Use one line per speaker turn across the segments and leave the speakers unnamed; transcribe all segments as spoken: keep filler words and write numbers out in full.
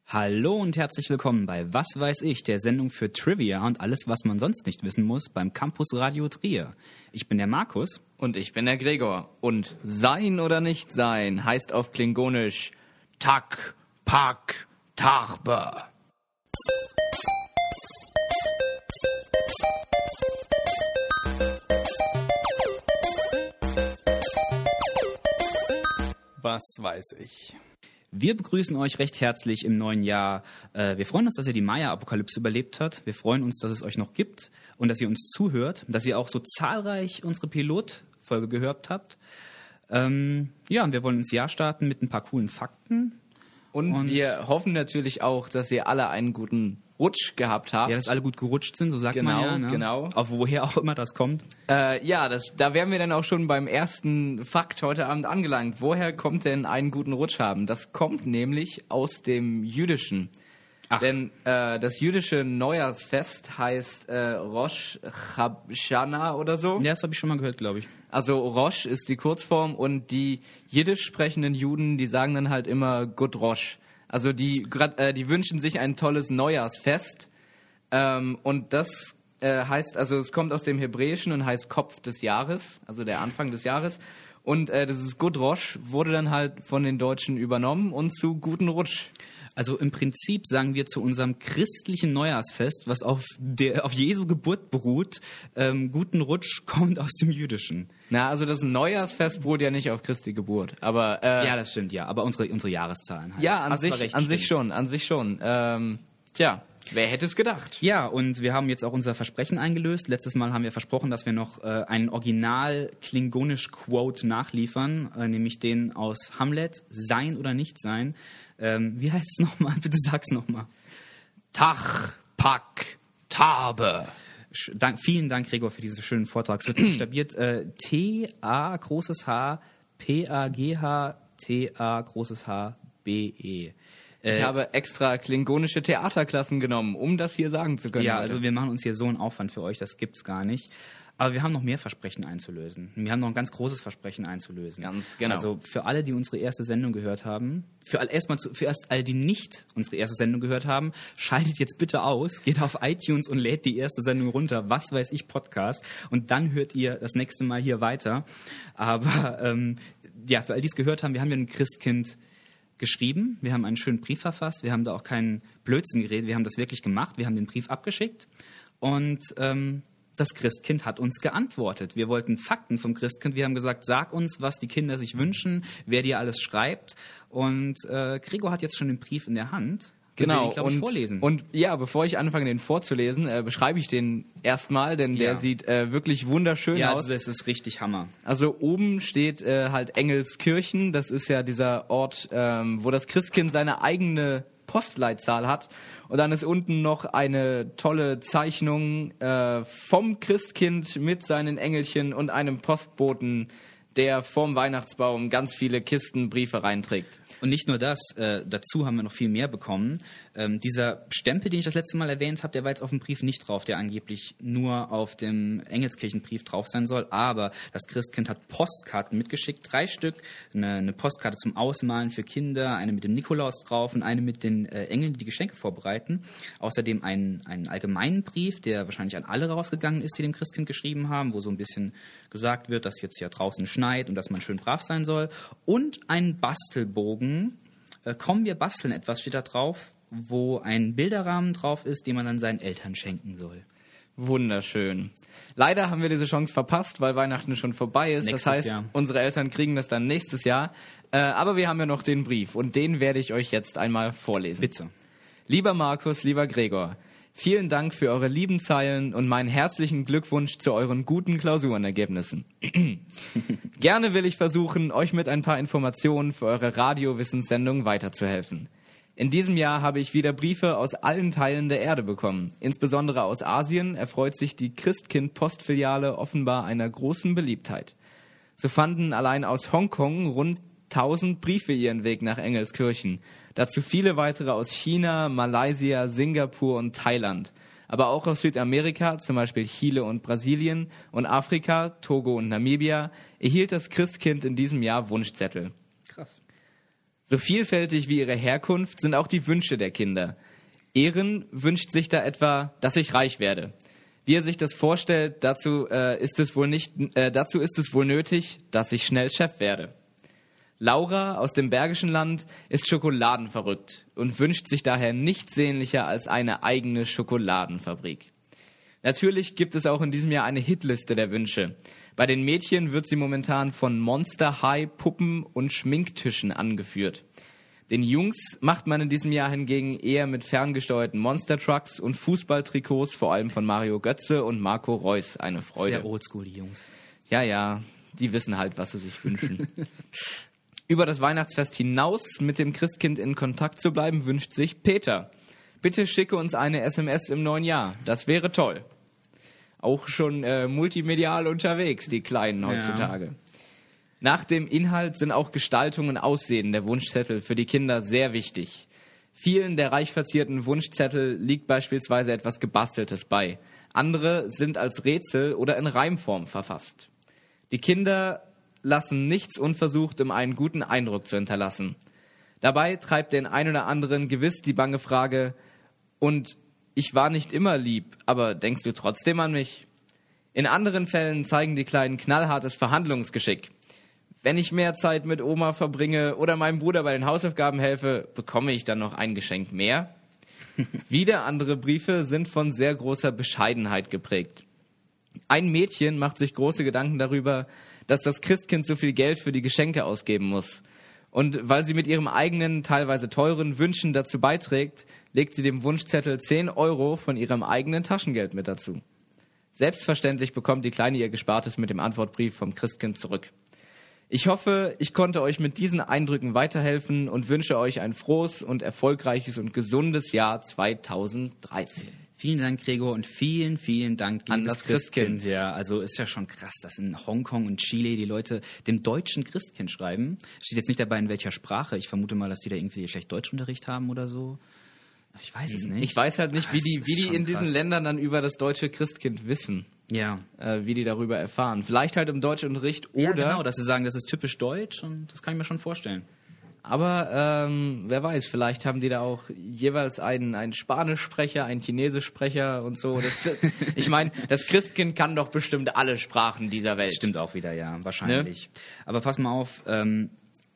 Hallo und herzlich willkommen bei Was weiß ich, der Sendung für Trivia und alles, was man sonst nicht wissen muss beim Campus Radio Trier. Ich bin der Markus.
Und ich bin der Gregor. Und sein oder nicht sein heißt auf Klingonisch Tak, Pak, Tarbe. Was weiß ich?
Wir begrüßen euch recht herzlich im neuen Jahr. Wir freuen uns, dass ihr die Maya-Apokalypse überlebt habt. Wir freuen uns, dass es euch noch gibt und dass ihr uns zuhört, dass ihr auch so zahlreich unsere Pilotfolge gehört habt. Ähm, ja, und wir wollen ins Jahr starten mit ein paar coolen Fakten.
Und, und wir hoffen natürlich auch, dass ihr alle einen guten Rutsch gehabt habt.
Ja, dass alle gut gerutscht sind, so sagt
genau,
man ja. Ne?
Genau,
Auf woher auch immer das kommt.
Äh, ja, das, da wären wir dann auch schon beim ersten Fakt heute Abend angelangt. Woher kommt denn einen guten Rutsch haben? Das kommt nämlich aus dem Jüdischen. Ach. Denn äh, das jüdische Neujahrsfest heißt äh, Rosh Hashanah oder so.
Ja, das habe ich schon mal gehört, glaube ich.
Also Rosh ist die Kurzform und die jiddisch sprechenden Juden, die sagen dann halt immer Gut Rosh. Also die, grad, äh, die wünschen sich ein tolles Neujahrsfest ähm, und das äh, heißt, also es kommt aus dem Hebräischen und heißt Kopf des Jahres, also der Anfang des Jahres. Und äh, das ist Gut Rosh, wurde dann halt von den Deutschen übernommen und zu Guten Rutsch.
Also im Prinzip sagen wir zu unserem christlichen Neujahrsfest, was auf, der, auf Jesu Geburt beruht, ähm, Guten Rutsch kommt aus dem Jüdischen.
Na, also das Neujahrsfest beruht ja nicht auf Christi Geburt, aber äh,
ja, das stimmt, ja, aber unsere, unsere Jahreszahlen halt.
Ja, an, sich, recht, an sich schon, an sich schon. Ähm, tja, wer hätte es gedacht?
Ja, und wir haben jetzt auch unser Versprechen eingelöst. Letztes Mal haben wir versprochen, dass wir noch äh, einen Original-Klingonisch-Quote nachliefern, äh, nämlich den aus Hamlet, Sein oder Nicht sein. Ähm, wie heißt es nochmal? Bitte sag's nochmal.
Tach, Pak, Tarbe.
Dank, vielen Dank, Gregor, für diesen schönen Vortrag. Es wird buchstabiert äh, T A großes H P A G H T A großes H B E.
Ich äh, habe extra klingonische Theaterklassen genommen, um das hier sagen zu können.
Ja,
heute.
also wir machen uns hier so einen Aufwand für euch, das gibt's gar nicht. Aber wir haben noch mehr Versprechen einzulösen. Wir haben noch ein ganz großes Versprechen einzulösen.
Ganz genau.
Also für alle, die unsere erste Sendung gehört haben, für all, erstmal zu, für erst alle, die nicht unsere erste Sendung gehört haben, schaltet jetzt bitte aus, geht auf iTunes und lädt die erste Sendung runter, was weiß ich, Podcast, und dann hört ihr das nächste Mal hier weiter. Aber ähm, ja, für all die es gehört haben, wir haben ja ein Christkind geschrieben, wir haben einen schönen Brief verfasst, wir haben da auch keinen Blödsinn geredet, wir haben das wirklich gemacht, wir haben den Brief abgeschickt und ähm, das Christkind hat uns geantwortet. Wir wollten Fakten vom Christkind. Wir haben gesagt, sag uns, was die Kinder sich wünschen, wer dir alles schreibt. Und äh, Gregor hat jetzt schon den Brief in der Hand.
Genau,
ich, glaub,
und,
ich, vorlesen.
Und ja, bevor ich anfange, den vorzulesen, äh, beschreibe ich den erstmal, denn der
ja.
sieht äh, wirklich wunderschön
ja,
aus.
Ja, also das ist richtig Hammer.
Also oben steht äh, halt Engelskirchen. Das ist ja dieser Ort, ähm, wo das Christkind seine eigene Postleitzahl hat. Und dann ist unten noch eine tolle Zeichnung äh, vom Christkind mit seinen Engelchen und einem Postboten, der vorm Weihnachtsbaum ganz viele Kisten Briefe reinträgt.
Und nicht nur das, äh, dazu haben wir noch viel mehr bekommen. Ähm, dieser Stempel, den ich das letzte Mal erwähnt habe, der war jetzt auf dem Brief nicht drauf, der angeblich nur auf dem Engelskirchenbrief drauf sein soll. Aber das Christkind hat Postkarten mitgeschickt, drei Stück. Eine, eine Postkarte zum Ausmalen für Kinder, eine mit dem Nikolaus drauf und eine mit den äh, Engeln, die die Geschenke vorbereiten. Außerdem einen, einen allgemeinen Brief, der wahrscheinlich an alle rausgegangen ist, die dem Christkind geschrieben haben, wo so ein bisschen gesagt wird, dass jetzt ja draußen schneit und dass man schön brav sein soll. Und einen Bastelbogen. Äh, kommen wir basteln etwas, steht da drauf, wo ein Bilderrahmen drauf ist, den man dann seinen Eltern schenken soll.
Wunderschön. Leider haben wir diese Chance verpasst, weil Weihnachten schon vorbei ist.
Nächstes
das heißt,
Jahr.
Unsere Eltern kriegen das dann nächstes Jahr. Äh, aber wir haben ja noch den Brief und den werde ich euch jetzt einmal vorlesen.
Bitte.
Lieber Markus, lieber Gregor, vielen Dank für eure lieben Zeilen und meinen herzlichen Glückwunsch zu euren guten Klausurenergebnissen. Gerne will ich versuchen, euch mit ein paar Informationen für eure Radiowissenssendung weiterzuhelfen. In diesem Jahr habe ich wieder Briefe aus allen Teilen der Erde bekommen. Insbesondere aus Asien erfreut sich die Christkind-Postfiliale offenbar einer großen Beliebtheit. So fanden allein aus Hongkong rund tausend Briefe ihren Weg nach Engelskirchen. Dazu viele weitere aus China, Malaysia, Singapur und Thailand. Aber auch aus Südamerika, zum Beispiel Chile und Brasilien, und Afrika, Togo und Namibia, erhielt das Christkind in diesem Jahr Wunschzettel.
Krass.
So vielfältig wie ihre Herkunft sind auch die Wünsche der Kinder. Ehren wünscht sich da etwa, dass ich reich werde. Wie er sich das vorstellt, dazu, äh, ist es wohl nicht, äh, dazu ist es wohl nötig, dass ich schnell Chef werde. Laura aus dem Bergischen Land ist schokoladenverrückt und wünscht sich daher nichts sehnlicher als eine eigene Schokoladenfabrik. Natürlich gibt es auch in diesem Jahr eine Hitliste der Wünsche. Bei den Mädchen wird sie momentan von Monster High Puppen und Schminktischen angeführt. Den Jungs macht man in diesem Jahr hingegen eher mit ferngesteuerten Monster Trucks und Fußballtrikots, vor allem von Mario Götze und Marco Reus, eine Freude.
Sehr oldschool, die Jungs.
Ja, ja, die wissen halt, was sie sich wünschen. Über das Weihnachtsfest hinaus mit dem Christkind in Kontakt zu bleiben, wünscht sich Peter. Bitte schicke uns eine S M S im neuen Jahr. Das wäre toll. Auch schon äh, multimedial unterwegs, die Kleinen heutzutage. Ja. Nach dem Inhalt sind auch Gestaltung und Aussehen der Wunschzettel für die Kinder sehr wichtig. Vielen der reich verzierten Wunschzettel liegt beispielsweise etwas Gebasteltes bei. Andere sind als Rätsel oder in Reimform verfasst. Die Kinder lassen nichts unversucht, um einen guten Eindruck zu hinterlassen. Dabei treibt den einen oder anderen gewiss die bange Frage, und ich war nicht immer lieb, aber denkst du trotzdem an mich? In anderen Fällen zeigen die Kleinen knallhartes Verhandlungsgeschick. Wenn ich mehr Zeit mit Oma verbringe oder meinem Bruder bei den Hausaufgaben helfe, bekomme ich dann noch ein Geschenk mehr? Wieder andere Briefe sind von sehr großer Bescheidenheit geprägt. Ein Mädchen macht sich große Gedanken darüber, dass das Christkind so viel Geld für die Geschenke ausgeben muss. Und weil sie mit ihrem eigenen, teilweise teuren Wünschen dazu beiträgt, legt sie dem Wunschzettel zehn Euro von ihrem eigenen Taschengeld mit dazu. Selbstverständlich bekommt die Kleine ihr Gespartes mit dem Antwortbrief vom Christkind zurück. Ich hoffe, ich konnte euch mit diesen Eindrücken weiterhelfen und wünsche euch ein frohes und erfolgreiches und gesundes Jahr zweitausenddreizehn.
Vielen Dank, Gregor, und vielen, vielen Dank
an das Christkind.
Christkind. Ja, also ist ja schon krass, dass in Hongkong und Chile die Leute dem deutschen Christkind schreiben. Steht jetzt nicht dabei, in welcher Sprache. Ich vermute mal, dass die da irgendwie schlecht Deutschunterricht haben oder so. Ich weiß es nicht.
Ich weiß halt nicht, wie die, wie die in diesen Ländern dann über das deutsche Christkind wissen.
Ja.
Äh, wie die darüber erfahren. Vielleicht halt im Deutschunterricht oder...
Ja, genau, dass sie sagen, das ist typisch deutsch, und das kann ich mir schon vorstellen.
Aber ähm, wer weiß, vielleicht haben die da auch jeweils einen, einen Spanischsprecher, einen Chinesischsprecher und so. Das, ich meine, das Christkind kann doch bestimmt alle Sprachen dieser Welt.
Stimmt auch wieder, ja, wahrscheinlich. Ne? Aber pass mal auf, ähm,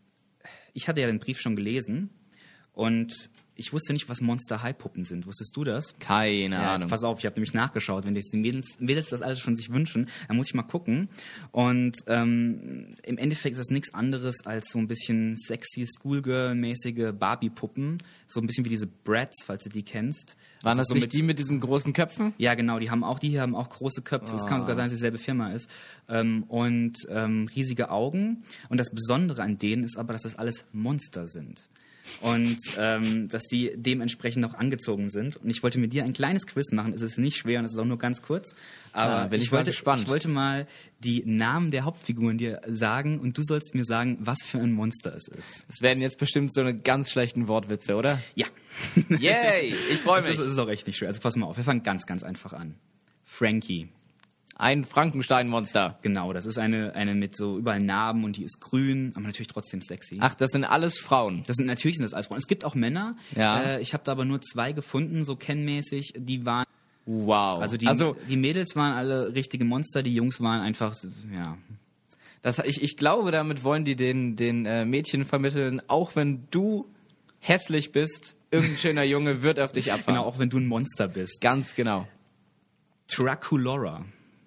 ich hatte ja den Brief schon gelesen und ich wusste nicht, was Monster High Puppen sind. Wusstest du das?
Keine
ja,
Ahnung.
Jetzt pass auf, ich habe nämlich nachgeschaut. Wenn die Mädels, Mädels das alles schon sich wünschen, dann muss ich mal gucken. Und ähm, im Endeffekt ist das nichts anderes als so ein bisschen sexy, Schoolgirl-mäßige Barbie-Puppen. So ein bisschen wie diese Bratz, falls du die kennst.
Waren das
so
nicht
mit,
die mit diesen großen Köpfen?
Ja, genau. Die haben auch, die hier haben auch große Köpfe. Es oh. kann sogar sein, dass es dieselbe Firma ist. Ähm, und ähm, riesige Augen. Und das Besondere an denen ist aber, dass das alles Monster sind. Und ähm, dass die dementsprechend auch angezogen sind. Und ich wollte mit dir ein kleines Quiz machen. Es ist nicht schwer und es ist auch nur ganz kurz. Aber
ja, bin ich,
ich, wollte,
gespannt.
ich wollte mal die Namen der Hauptfiguren dir sagen und du sollst mir sagen, was für ein Monster es ist.
Das werden jetzt bestimmt so eine ganz schlechten Wortwitze, oder?
Ja.
Yay, ich freue mich.
Das ist, das ist auch echt nicht schwer. Also pass mal auf, wir fangen ganz, ganz einfach an. Frankie.
Ein Frankenstein-Monster.
Genau, das ist eine, eine mit so überall Narben und die ist grün, aber natürlich trotzdem sexy.
Ach, das sind alles Frauen?
Das sind natürlich sind das alles Frauen. Es gibt auch Männer.
Ja.
Äh, ich habe da aber nur zwei gefunden, so kennmäßig. Die waren...
Wow.
Also die,
also
die Mädels waren alle richtige Monster, die Jungs waren einfach, ja...
Das, ich, ich glaube, damit wollen die den, den äh, Mädchen vermitteln, auch wenn du hässlich bist, irgendein schöner Junge wird auf dich abfahren.
Genau, auch wenn du ein Monster bist.
Ganz genau.
Draculora.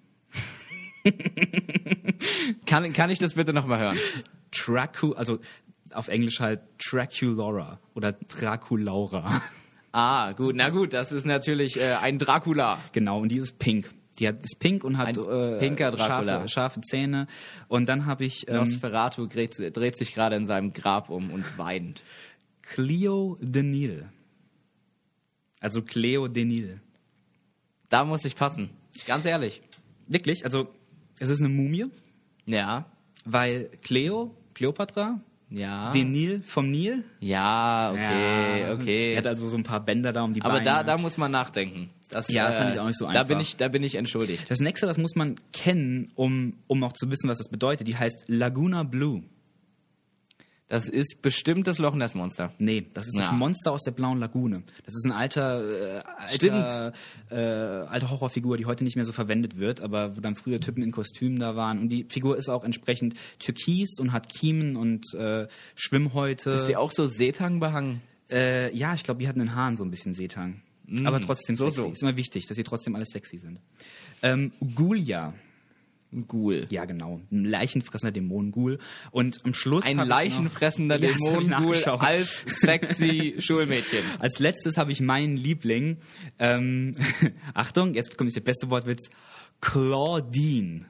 kann, kann ich das bitte nochmal hören?
Dracu, also auf Englisch halt Draculora oder Draculaura.
Ah, gut, na gut, das ist natürlich äh, ein Dracula.
Genau, und die ist pink. Die hat, ist pink und hat
ein
äh,
pinker Dracula.
Scharfe, scharfe Zähne. Und dann habe ich... Ähm,
Nosferatu dreht, dreht sich gerade in seinem Grab um und weint.
Cleo Denil. Also Cleo Denil.
Da muss ich passen. Ganz ehrlich.
Wirklich? Also, es ist eine Mumie.
Ja.
Weil Cleo, Kleopatra,
ja.
Denil vom Nil.
Ja, okay, ja. okay.
Er hat also so ein paar Bänder da um die
Aber
Beine.
Aber da, da muss man nachdenken. Das,
ja,
äh,
fand ich auch nicht so einfach.
Da bin ich, da bin ich entschuldigt.
Das nächste, das muss man kennen, um, um auch zu wissen, was das bedeutet. Die heißt Laguna Blue.
Das ist bestimmt das Loch Ness Monster.
Nee, das ist ja. das Monster aus der Blauen Lagune. Das ist ein alter, äh, alter, äh, alte Horrorfigur, die heute nicht mehr so verwendet wird, aber wo dann früher Typen in Kostümen da waren. Und die Figur ist auch entsprechend türkis und hat Kiemen und äh, Schwimmhäute.
Ist die auch so Seetang behangen?
Äh, ja, ich glaube, die hatten in den Haaren so ein bisschen Seetang. Mm, aber trotzdem so, sexy. So. Ist immer wichtig, dass sie trotzdem alles sexy sind. Ähm, Ghoulia.
Ghoul.
Ja, genau. Ein leichenfressender Dämonenghoul. Und am Schluss
ein leichenfressender
ja,
Dämonenghoul als sexy Schulmädchen.
Als letztes habe ich meinen Liebling. Ähm, Achtung, jetzt kommt der beste Wortwitz. Claudine.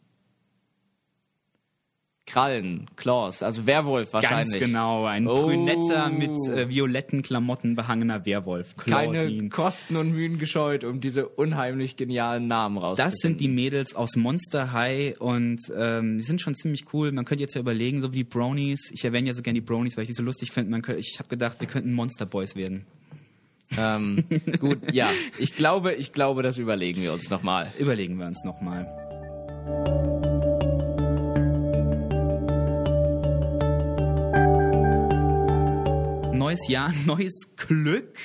Krallen, Claws, also Werwolf wahrscheinlich.
Ganz genau, ein
oh.
brünetter, mit äh, violetten Klamotten behangener Werwolf. Claudine.
Keine Kosten und Mühen gescheut, um diese unheimlich genialen Namen rauszufinden.
Das sind die Mädels aus Monster High und ähm, die sind schon ziemlich cool. Man könnte jetzt ja überlegen, so wie die Bronies. Ich erwähne ja so gerne die Bronies, weil ich die so lustig finde. Man könnte, ich habe gedacht, wir könnten Monster Boys werden.
Ähm, gut, ja. Ich glaube, ich glaube, das überlegen wir uns nochmal.
Überlegen wir uns nochmal. Neues Jahr, neues Glück.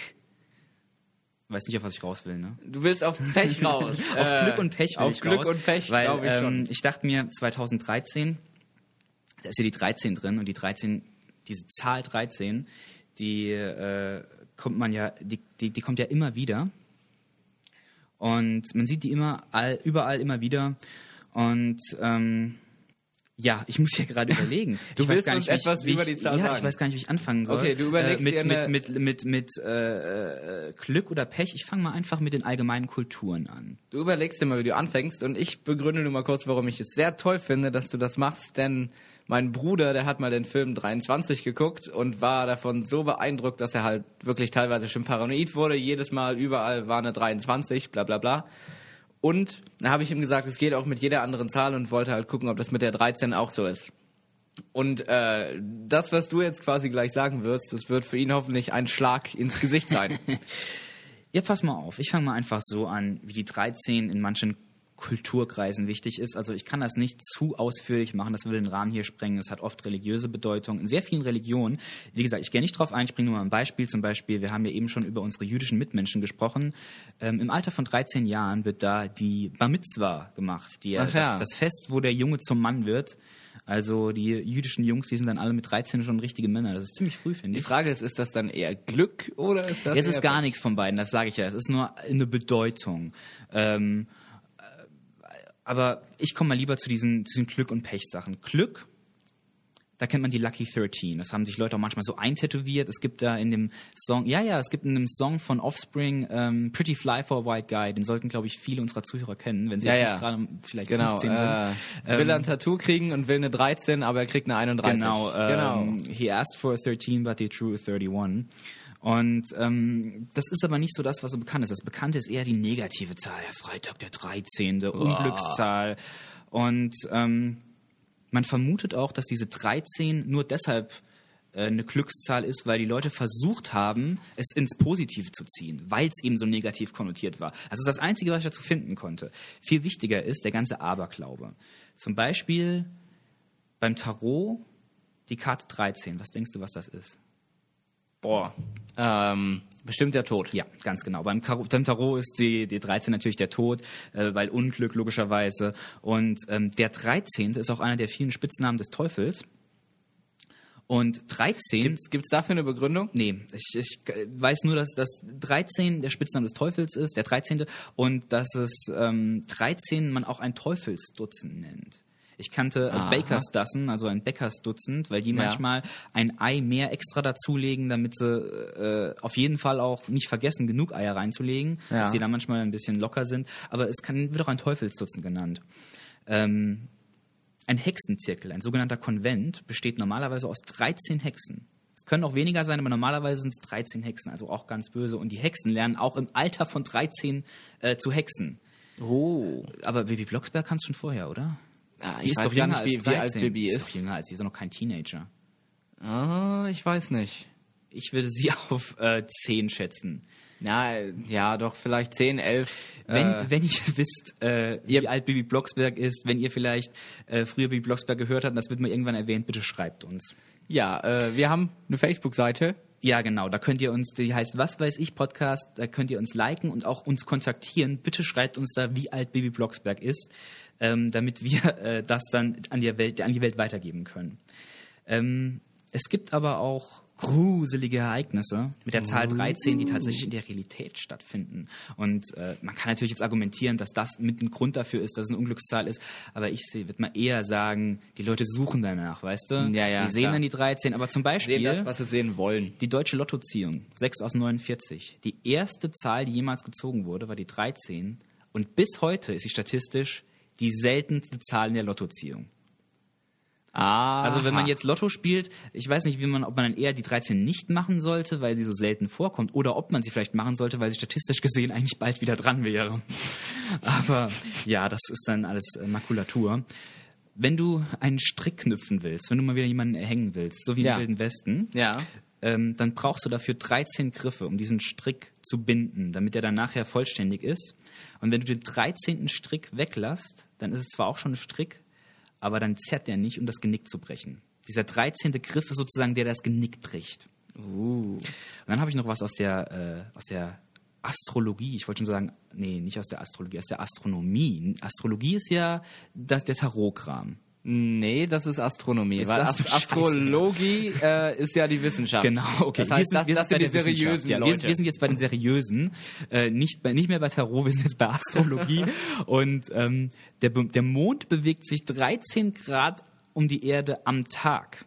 Weiß nicht, auf was ich raus will, ne?
Du willst auf Pech raus.
auf äh, Glück und Pech will
auf
ich
Glück
raus.
und Pech,
glaube
ich
ähm,
schon.
Ich dachte mir, zwanzig dreizehn, da ist ja die dreizehn drin und die dreizehn, diese Zahl dreizehn, die äh, kommt man ja, die, die, die kommt ja immer wieder. Und man sieht die immer, all, überall immer wieder. Und ähm, ja, ich muss hier gerade überlegen.
Du
ich
willst
weiß gar nicht,
uns etwas
wie ich,
über die Zahl
ja,
sagen.
ich weiß gar nicht, wie ich anfangen soll.
Okay, du überlegst
äh, mit,
dir
mit,
eine...
mit, mit, mit, mit äh, äh, Glück oder Pech. Ich fange mal einfach mit den allgemeinen Kulturen an.
Du überlegst dir mal, wie du anfängst und ich begründe nur mal kurz, warum ich es sehr toll finde, dass du das machst, denn mein Bruder, der hat mal den Film dreiundzwanzig geguckt und war davon so beeindruckt, dass er halt wirklich teilweise schon paranoid wurde. Jedes Mal, überall war eine dreiundzwanzig, bla bla bla. Und da habe ich ihm gesagt, es geht auch mit jeder anderen Zahl und wollte halt gucken, ob das mit der dreizehn auch so ist. Und äh, das, was du jetzt quasi gleich sagen wirst, das wird für ihn hoffentlich ein Schlag ins Gesicht sein.
Ja, pass mal auf. Ich fange mal einfach so an, wie die dreizehn in manchen Kulturkreisen wichtig ist. Also ich kann das nicht zu ausführlich machen, das würde den Rahmen hier sprengen. Es hat oft religiöse Bedeutung. In sehr vielen Religionen, wie gesagt, ich gehe nicht drauf ein, ich bringe nur mal ein Beispiel. Zum Beispiel, wir haben ja eben schon über unsere jüdischen Mitmenschen gesprochen. Ähm, Im Alter von dreizehn Jahren wird da die Bar Mitzwa gemacht, die,
Ach ja.
das, das Fest, wo der Junge zum Mann wird. Also die jüdischen Jungs, die sind dann alle mit dreizehn schon richtige Männer. Das ist ziemlich früh, finde ich.
Die Frage ist, ist das dann eher Glück oder ist das
Es
eher
ist gar
Pech?
nichts von beiden, das sage ich ja. Es ist nur eine Bedeutung. Ähm, aber ich komme mal lieber zu diesen, zu diesen Glück- und Pech-Sachen. Glück, da kennt man die Lucky dreizehn. Das haben sich Leute auch manchmal so eintätowiert. Es gibt da in dem Song, ja, ja, es gibt in dem Song von Offspring ähm, Pretty Fly for a White Guy. Den sollten, glaube ich, viele unserer Zuhörer kennen, wenn sie
ja,
jetzt
ja.
nicht gerade vielleicht
genau,
fünfzehn sind.
Äh, will er ein Tattoo kriegen und will eine dreizehn, aber er kriegt eine einunddreißig.
Genau, ähm,
genau.
He asked for a thirteen, but he drew a thirty-one. Und ähm, das ist aber nicht so das, was so bekannt ist. Das Bekannte ist eher die negative Zahl. Der Freitag, der dreizehnte Unglückszahl. Und ähm, man vermutet auch, dass diese dreizehn nur deshalb äh, eine Glückszahl ist, weil die Leute versucht haben, es ins Positive zu ziehen, weil es eben so negativ konnotiert war. Das ist das Einzige, was ich dazu finden konnte. Viel wichtiger ist der ganze Aberglaube. Zum Beispiel beim Tarot die Karte dreizehn. Was denkst du, was das ist?
Boah, ähm, bestimmt der Tod.
Ja, ganz genau. Beim Tarot, beim Tarot ist die, die dreizehn natürlich der Tod, äh, weil Unglück logischerweise. Und ähm, der dreizehnte ist auch einer der vielen Spitznamen des Teufels. Und dreizehn...
Gibt's, gibt's dafür eine Begründung?
Nee, ich, ich weiß nur, dass das dreizehn der Spitzname des Teufels ist, der dreizehnte Und dass es ähm, dreizehn man auch ein Teufelsdutzend nennt. Ich kannte
Aha.
Bakersdozen, also ein Bäckersdutzend, weil die
Ja.
manchmal ein Ei mehr extra dazulegen, damit sie äh, auf jeden Fall auch nicht vergessen, genug Eier reinzulegen,
Ja.
dass die dann manchmal ein bisschen locker sind. Aber es kann, wird auch ein Teufelsdutzend genannt. Ähm, ein Hexenzirkel, ein sogenannter Konvent, besteht normalerweise aus dreizehn Hexen. Es können auch weniger sein, aber normalerweise sind es dreizehn Hexen, also auch ganz böse. Und die Hexen lernen auch im Alter von dreizehn äh, zu hexen.
Oh.
Aber Bibi Blocksberg kann es schon vorher, oder?
Ah,
Die
ich
ist
weiß
doch
gar
jünger
nicht, wie,
als
wie alt
dreizehn.
Bibi
Die ist
ist.
doch jünger als sie, ist doch noch kein Teenager.
Ah, ich weiß nicht.
Ich würde sie auf äh, zehn schätzen.
Na, ja, doch, vielleicht zehn, elf.
Wenn,
äh,
wenn ihr wisst, äh, wie
Yep.
alt Bibi Blocksberg ist, wenn ihr vielleicht äh, früher Bibi Blocksberg gehört habt, das wird mal irgendwann erwähnt, bitte schreibt uns.
Ja, äh, wir haben eine Facebook-Seite.
Ja, genau. Da könnt ihr uns, die heißt Was weiß ich Podcast, da könnt ihr uns liken und auch uns kontaktieren. Bitte schreibt uns da, wie alt Bibi Blocksberg ist, ähm, damit wir äh, das dann an die Welt, an die Welt weitergeben können. Ähm, es gibt aber auch gruselige Ereignisse mit der Zahl dreizehn, die tatsächlich in der Realität stattfinden. Und äh, man kann natürlich jetzt argumentieren, dass das mit ein Grund dafür ist, dass es eine Unglückszahl ist. Aber ich würde mal eher sagen, die Leute suchen danach, weißt du?
Ja, ja,
die sehen
klar.
dann die dreizehn. Aber zum Beispiel
Sehen das, was sie sehen wollen.
die deutsche Lottoziehung, sechs aus neunundvierzig. Die erste Zahl, die jemals gezogen wurde, war die dreizehn. Und bis heute ist sie statistisch die seltenste Zahl in der Lottoziehung.
Ah.
Also wenn man jetzt Lotto spielt, ich weiß nicht, wie man, ob man dann eher die dreizehn nicht machen sollte, weil sie so selten vorkommt, oder ob man sie vielleicht machen sollte, weil sie statistisch gesehen eigentlich bald wieder dran wäre. Aber ja, das ist dann alles äh, Makulatur. Wenn du einen Strick knüpfen willst, wenn du mal wieder jemanden erhängen willst, so wie
Ja.
im Wilden Westen,
Ja.
ähm, dann brauchst du dafür dreizehn Griffe, um diesen Strick zu binden, damit der dann nachher vollständig ist. Und wenn du den dreizehnten Strick weglässt, dann ist es zwar auch schon ein Strick, aber dann zerrt der nicht, um das Genick zu brechen. Dieser dreizehnte Griff ist sozusagen der, der das Genick bricht.
Uh.
Und dann habe ich noch was aus der, äh, aus der Astrologie. Ich wollte schon sagen, nee, nicht aus der Astrologie, aus der Astronomie. Astrologie ist ja das, der Tarotkram.
Nee, das ist Astronomie.
Ist
Weil
das so
Ast- Astrologie äh, ist ja die Wissenschaft.
Genau, okay.
Das heißt,
wir
das,
wir
das
bei
sind die
der Wissenschaft.
seriösen
Ja,
Leute.
wir, wir sind jetzt bei den seriösen, äh, nicht, bei, nicht mehr bei Tarot, wir sind jetzt bei Astrologie. Und ähm, der, Be- der Mond bewegt sich dreizehn Grad um die Erde am Tag.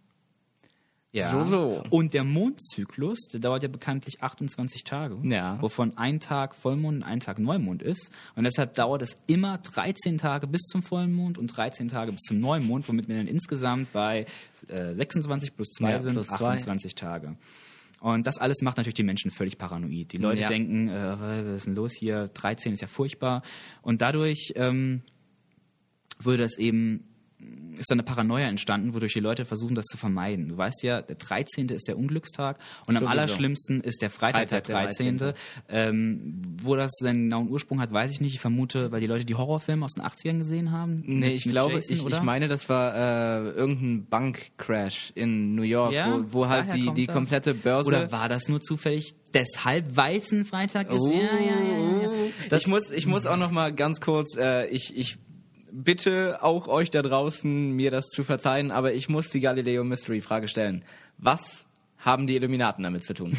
Ja.
So, so.
Und der Mondzyklus, der dauert ja bekanntlich achtundzwanzig Tage,
Ja.
wovon ein Tag Vollmond und ein Tag Neumond ist. Und deshalb dauert es immer dreizehn Tage bis zum Vollmond und dreizehn Tage bis zum Neumond, womit wir dann insgesamt bei äh, sechsundzwanzig plus zwei
Ja,
sind,
plus zwei.
achtundzwanzig Tage. Und das alles macht natürlich die Menschen völlig paranoid. Die Leute
Ja.
denken, äh, was ist denn los hier? dreizehn ist ja furchtbar. Und dadurch ähm, wurde das eben, ist dann eine Paranoia entstanden, wodurch die Leute versuchen, das zu vermeiden. Du weißt ja, der dreizehnte ist der Unglückstag und am
Sowieso.
allerschlimmsten ist der Freitag,
Freitag,
der
der
dreizehnte. Ähm, wo das seinen genauen Ursprung hat, weiß ich nicht. Ich vermute, weil die Leute die Horrorfilme aus den achtzigern gesehen haben.
Nee,
mit-
ich
mit
glaube,
Jason,
ich,
oder?
ich meine, das war äh, irgendein Bankcrash in New York,
Ja,
wo, wo halt
daher
die,
kommt
die
das.
komplette Börse...
Oder war das nur zufällig deshalb, weil es ein Freitag ist?
Oh,
ja, ja, ja, ja. Das,
ich muss, ich muss auch noch mal ganz kurz, äh, ich, ich bitte auch euch da draußen, mir das zu verzeihen, aber ich muss die Galileo Mystery Frage stellen. Was haben die Illuminaten damit zu tun?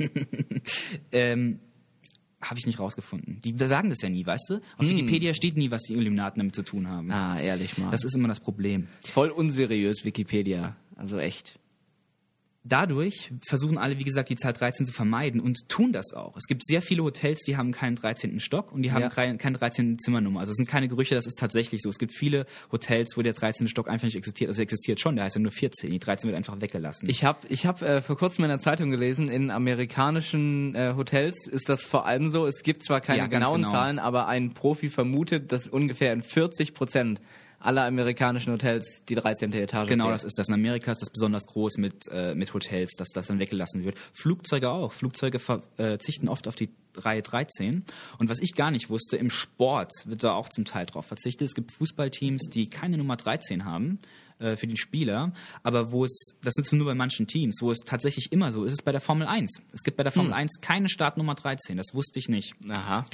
ähm, habe ich nicht rausgefunden. Die sagen das ja nie, weißt du? Auf Wikipedia steht nie, was die Illuminaten damit zu tun haben.
Ah, ehrlich mal.
Das ist immer das Problem.
voll unseriös, Wikipedia. Also echt.
Dadurch versuchen alle, wie gesagt, die Zahl dreizehn zu vermeiden und tun das auch. Es gibt sehr viele Hotels, die haben keinen dreizehnten Stock und die haben
Ja.
kein, keine dreizehnte Zimmernummer. Also es sind keine Gerüchte, das ist tatsächlich so. Es gibt viele Hotels, wo der dreizehnte Stock einfach nicht existiert. Also er existiert schon, der heißt ja nur vierzehn. Die dreizehn wird einfach weggelassen.
Ich habe ich hab, äh, vor kurzem in der Zeitung gelesen, in amerikanischen äh, Hotels ist das vor allem so, es gibt zwar keine
Ja, ganz
genauen
genau.
Zahlen, aber ein Profi vermutet, dass ungefähr in vierzig Prozent aller amerikanischen Hotels die dreizehnte Etage
Genau,
fehlt.
das ist das. In Amerika ist das besonders groß mit, äh, mit Hotels, dass das dann weggelassen wird. Flugzeuge auch. Flugzeuge verzichten oft auf die Reihe dreizehn. Und was ich gar nicht wusste, im Sport wird da auch zum Teil drauf verzichtet. Es gibt Fußballteams, die keine Nummer dreizehn haben äh, für die Spieler, aber wo es, das ist nur bei manchen Teams, wo es tatsächlich immer so ist, ist es bei der Formel eins. Es gibt bei der Formel
Hm.
eins keine Startnummer dreizehn. Das wusste ich nicht.
Aha.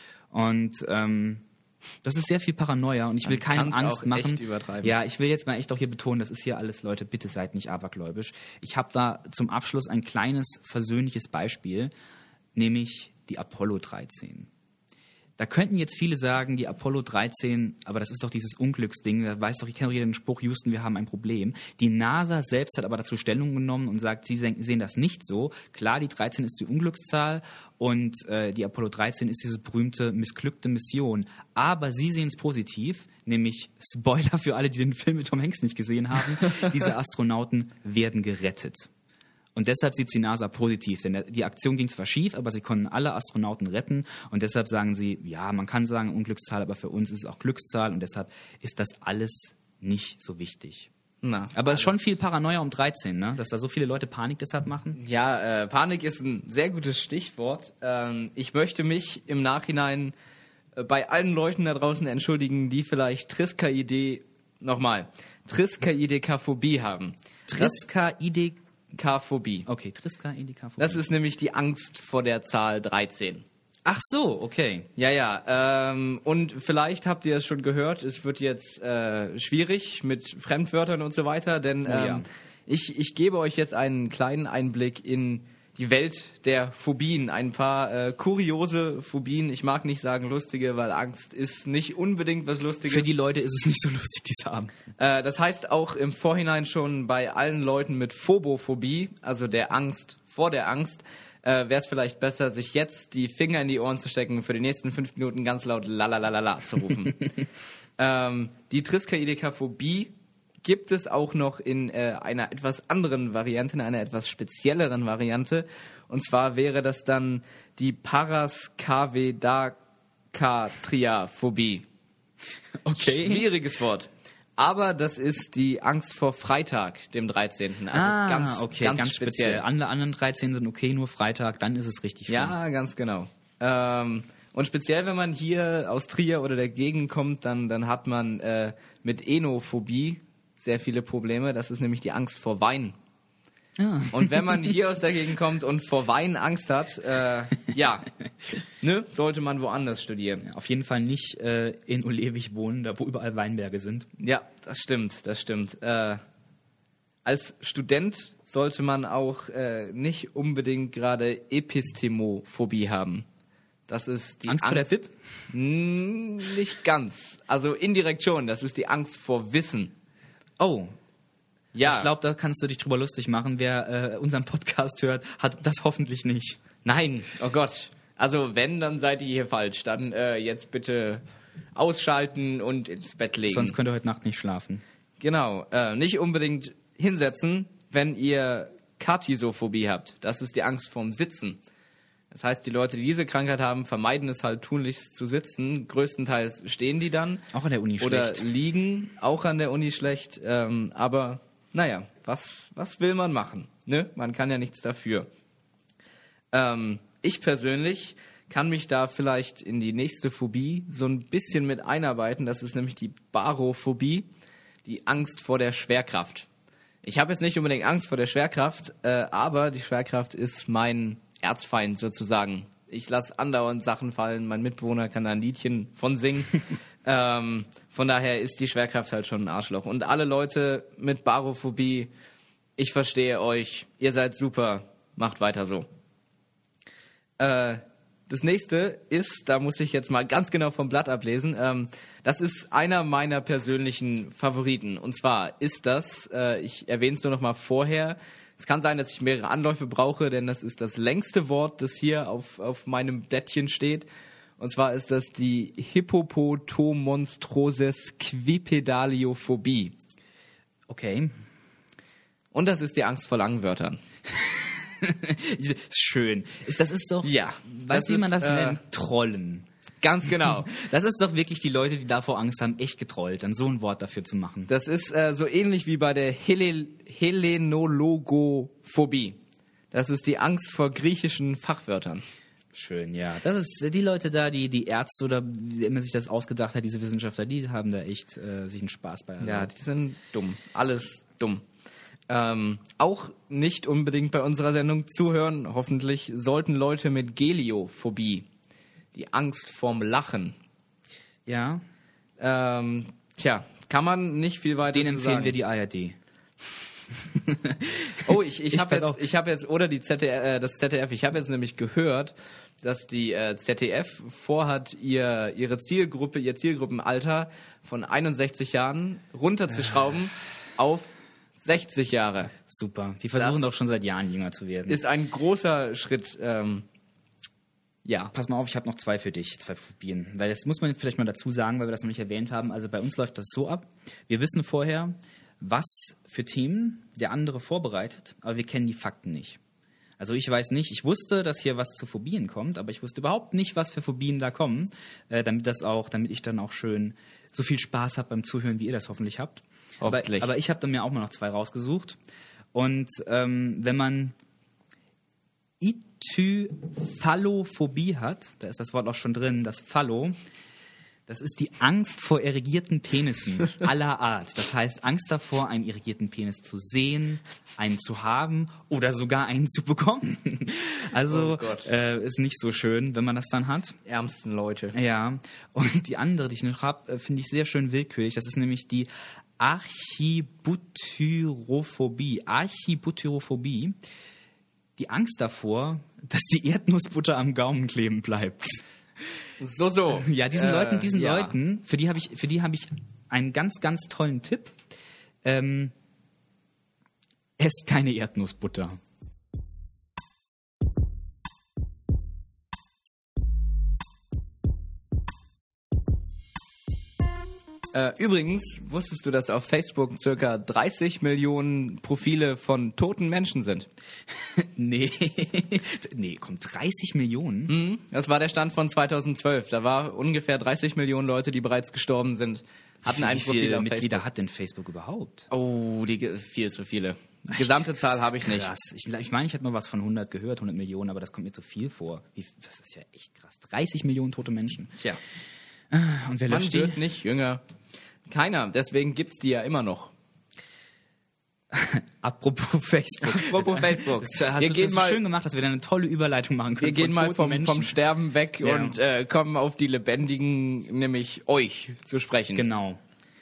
Und ähm, das ist sehr viel Paranoia und ich will
Man
keinem
kann's
Angst
auch
machen.
echt übertreiben.
Ja, ich will jetzt mal echt auch hier betonen, das ist hier alles, Leute, bitte seid nicht abergläubisch. Ich habe da zum Abschluss ein kleines versöhnliches Beispiel, nämlich die Apollo dreizehn. Da könnten jetzt viele sagen, die Apollo dreizehn, aber das ist doch dieses Unglücksding, da weiß doch, ich kenne doch jeder den Spruch, Houston, wir haben ein Problem. Die NASA selbst hat aber dazu Stellung genommen und sagt, sie sehen das nicht so. Klar, die dreizehn ist die Unglückszahl und äh, die Apollo dreizehn ist diese berühmte, missglückte Mission. Aber sie sehen es positiv, nämlich Spoiler für alle, die den Film mit Tom Hanks nicht gesehen haben, diese Astronauten werden gerettet. Und deshalb sieht die NASA positiv, denn die Aktion ging zwar schief, aber sie konnten alle Astronauten retten und deshalb sagen sie, ja, man kann sagen Unglückszahl, aber für uns ist es auch Glückszahl und deshalb ist das alles nicht so wichtig.
Na,
Aber es ist schon viel Paranoia um dreizehn, ne? Dass da so viele Leute Panik deshalb machen.
Ja, äh, Panik ist ein sehr gutes Stichwort. Ähm, ich möchte mich im Nachhinein äh, bei allen Leuten da draußen entschuldigen, die vielleicht Triska-Idee nochmal, Triskaidekaphobie haben.
Triskaidekaphobie.
Okay,
Triskaidekaphobie.
Das ist nämlich die Angst vor der Zahl dreizehn.
Ach so, okay.
Ja, ja. Ähm, und vielleicht habt ihr es schon gehört, es wird jetzt äh, schwierig mit Fremdwörtern und so weiter, denn
Oh, ja.
ähm, ich, ich gebe euch jetzt einen kleinen Einblick in die Welt der Phobien. Ein paar äh, kuriose Phobien. Ich mag nicht sagen lustige, weil Angst ist nicht unbedingt was Lustiges.
Für die Leute ist es nicht so lustig, die es haben.
Äh, das heißt auch im Vorhinein schon bei allen Leuten mit Phobophobie, also der Angst vor der Angst, äh, wäre es vielleicht besser, sich jetzt die Finger in die Ohren zu stecken und für die nächsten fünf Minuten ganz laut lalalala zu rufen. ähm, die Triskaidekaphobie gibt es auch noch in äh, einer etwas anderen Variante, in einer etwas spezielleren Variante. Und zwar wäre das dann die Paraskavedacatriaphobie.
Okay.
Schwieriges Wort. Aber das ist die Angst vor Freitag, dem dreizehnten. Also
ah,
ganz,
okay,
ganz,
ganz speziell.
speziell.
Alle anderen dreizehn sind okay, nur Freitag, dann ist es richtig schlimm.
Ja, ganz genau. Ähm, und speziell, wenn man hier aus Trier oder der Gegend kommt, dann, dann hat man äh, mit Enophobie sehr viele Probleme. Das ist nämlich die Angst vor Wein.
Ah.
Und wenn man hier aus der Gegend kommt und vor Wein Angst hat, äh, ja, ne, sollte man woanders studieren.
Auf jeden Fall nicht äh, in Olewig wohnen, da wo überall Weinberge sind.
Ja, das stimmt, das stimmt. Äh, als Student sollte man auch äh, nicht unbedingt gerade Epistemophobie haben. Das ist die
Angst,
Angst
vor der Bib?
Mh, nicht ganz. Also indirekt schon. Das ist die Angst vor Wissen.
Oh,
Ja.
ich glaube, da kannst du dich drüber lustig machen. Wer äh, unseren Podcast hört, hat das hoffentlich nicht.
Nein, oh Gott. Also wenn, dann seid ihr hier falsch. Dann äh, jetzt bitte ausschalten und ins Bett legen.
Sonst könnt ihr heute Nacht nicht schlafen.
Genau, äh, nicht unbedingt hinsetzen, wenn ihr Katisophobie habt. Das ist die Angst vorm Sitzen. Das heißt, die Leute, die diese Krankheit haben, vermeiden es halt tunlichst zu sitzen. Größtenteils stehen die dann.
Auch an der Uni
Oder
schlecht.
liegen, auch an der Uni schlecht. Ähm, aber naja, was, was will man machen? Ne? Man kann ja nichts dafür. Ähm, ich persönlich kann mich da vielleicht in die nächste Phobie so ein bisschen mit einarbeiten. Das ist nämlich die Barophobie, die Angst vor der Schwerkraft. Ich habe jetzt nicht unbedingt Angst vor der Schwerkraft, äh, aber die Schwerkraft ist mein Erzfeind sozusagen. Ich lasse andauernd Sachen fallen, mein Mitbewohner kann da ein Liedchen von singen. ähm, von daher ist die Schwerkraft halt schon ein Arschloch. Und alle Leute mit Barophobie, ich verstehe euch, ihr seid super, macht weiter so. Äh, das nächste ist, da muss ich jetzt mal ganz genau vom Blatt ablesen, ähm, das ist einer meiner persönlichen Favoriten. Und zwar ist das, äh, ich erwähne es nur noch mal vorher, es kann sein, dass ich mehrere Anläufe brauche, denn das ist das längste Wort, das hier auf, auf meinem Blättchen steht. Und zwar ist das die Hippopotomonstroses Quipedaliophobie.
Okay.
Und das ist die Angst vor langen Wörtern.
Schön. Ist, das ist doch,
Ja,
weißt du, wie man das
ist, äh,
nennt? Trollen.
Ganz genau.
Das ist doch wirklich die Leute, die davor Angst haben, echt getrollt, dann so ein Wort dafür zu machen.
Das ist äh, so ähnlich wie bei der Helle- Hellenologophobie. Das ist die Angst vor griechischen Fachwörtern.
Schön, ja. Das ist die Leute da, die, die Ärzte oder wie immer sich das ausgedacht hat, diese Wissenschaftler, die haben da echt äh, sich einen Spaß bei.
Ja, die sind dumm. Alles dumm. Ähm, auch nicht unbedingt bei unserer Sendung zuhören. Hoffentlich sollten Leute mit Geliophobie, die Angst vorm Lachen.
Ja.
Ähm, tja, kann man nicht viel weiter
Den
zu
empfehlen
sagen.
wir die A R D.
Oh, ich, ich
Ich
habe
weiß
jetzt,
auch.
ich habe jetzt oder die Z D F, äh, das Z D F. Ich habe jetzt nämlich gehört, dass die äh, Z D F vorhat, ihr ihre Zielgruppe, ihr Zielgruppenalter von einundsechzig Jahren runterzuschrauben auf sechzig Jahre.
Super. Die versuchen
Das
doch schon seit Jahren jünger zu werden.
Ist ein großer Schritt. Ähm, ja.
Pass mal auf, ich habe noch zwei für dich, zwei Phobien. Weil das muss man jetzt vielleicht mal dazu sagen, weil wir das noch nicht erwähnt haben. Also bei uns läuft das so ab. Wir wissen vorher, was für Themen der andere vorbereitet, aber wir kennen die Fakten nicht. Also ich weiß nicht, ich wusste, dass hier was zu Phobien kommt, aber ich wusste überhaupt nicht, was für Phobien da kommen, äh, damit das auch, damit ich dann auch schön so viel Spaß habe beim Zuhören, wie ihr das hoffentlich habt.
Hoffentlich.
Aber, aber ich habe dann mir auch mal noch zwei rausgesucht. Und ähm, wenn man Ityphalophobie hat, da ist das Wort auch schon drin, das Phallo, Das ist die Angst vor irrigierten Penissen aller Art. Das heißt, Angst davor, einen irrigierten Penis zu sehen, einen zu haben oder sogar einen zu bekommen. Also
Oh
äh, ist nicht so schön, wenn man das dann hat.
Ärmsten Leute.
Ja, und die andere, die ich noch habe, finde ich sehr schön willkürlich. Das ist nämlich die Archibutyrophobie. Archibutyrophobie. Die Angst davor, dass die Erdnussbutter am Gaumen kleben bleibt.
So, so.
Ja, diesen
äh,
Leuten, diesen
ja.
Leuten, für die habe ich, für die habe ich einen ganz, ganz tollen Tipp. Ähm, esst keine Erdnussbutter.
Äh, übrigens, wusstest du, dass auf Facebook circa dreißig Millionen Profile von toten Menschen sind?
Nee. Nee, kommt dreißig Millionen?
Mhm. Das war der Stand von zweitausendzwölf. Da war ungefähr dreißig Millionen Leute, die bereits gestorben sind, hatten ein
Wie
Profil
viele
auf
Mitglieder
Facebook.
hat denn Facebook überhaupt?
Oh, die ge- viel zu viele. Die gesamte Zahl habe ich nicht.
Krass. Ich, ich meine, ich hätte mal was von hundert gehört, hundert Millionen, aber das kommt mir zu viel vor. Wie, das ist ja echt krass. dreißig Millionen tote Menschen.
Tja,
Und wer
man
löscht die?
wird nicht jünger. Keiner, deswegen gibt's die ja immer noch.
Apropos Facebook.
Apropos Facebook.
Das hast
Wir
du
gehen
das
mal-
schön gemacht, dass wir da eine tolle Überleitung machen können.
Wir gehen
von
mal
toten
vom,
Menschen.
vom Sterben weg
Ja.
und äh, kommen auf die Lebendigen, nämlich euch, zu sprechen.
Genau.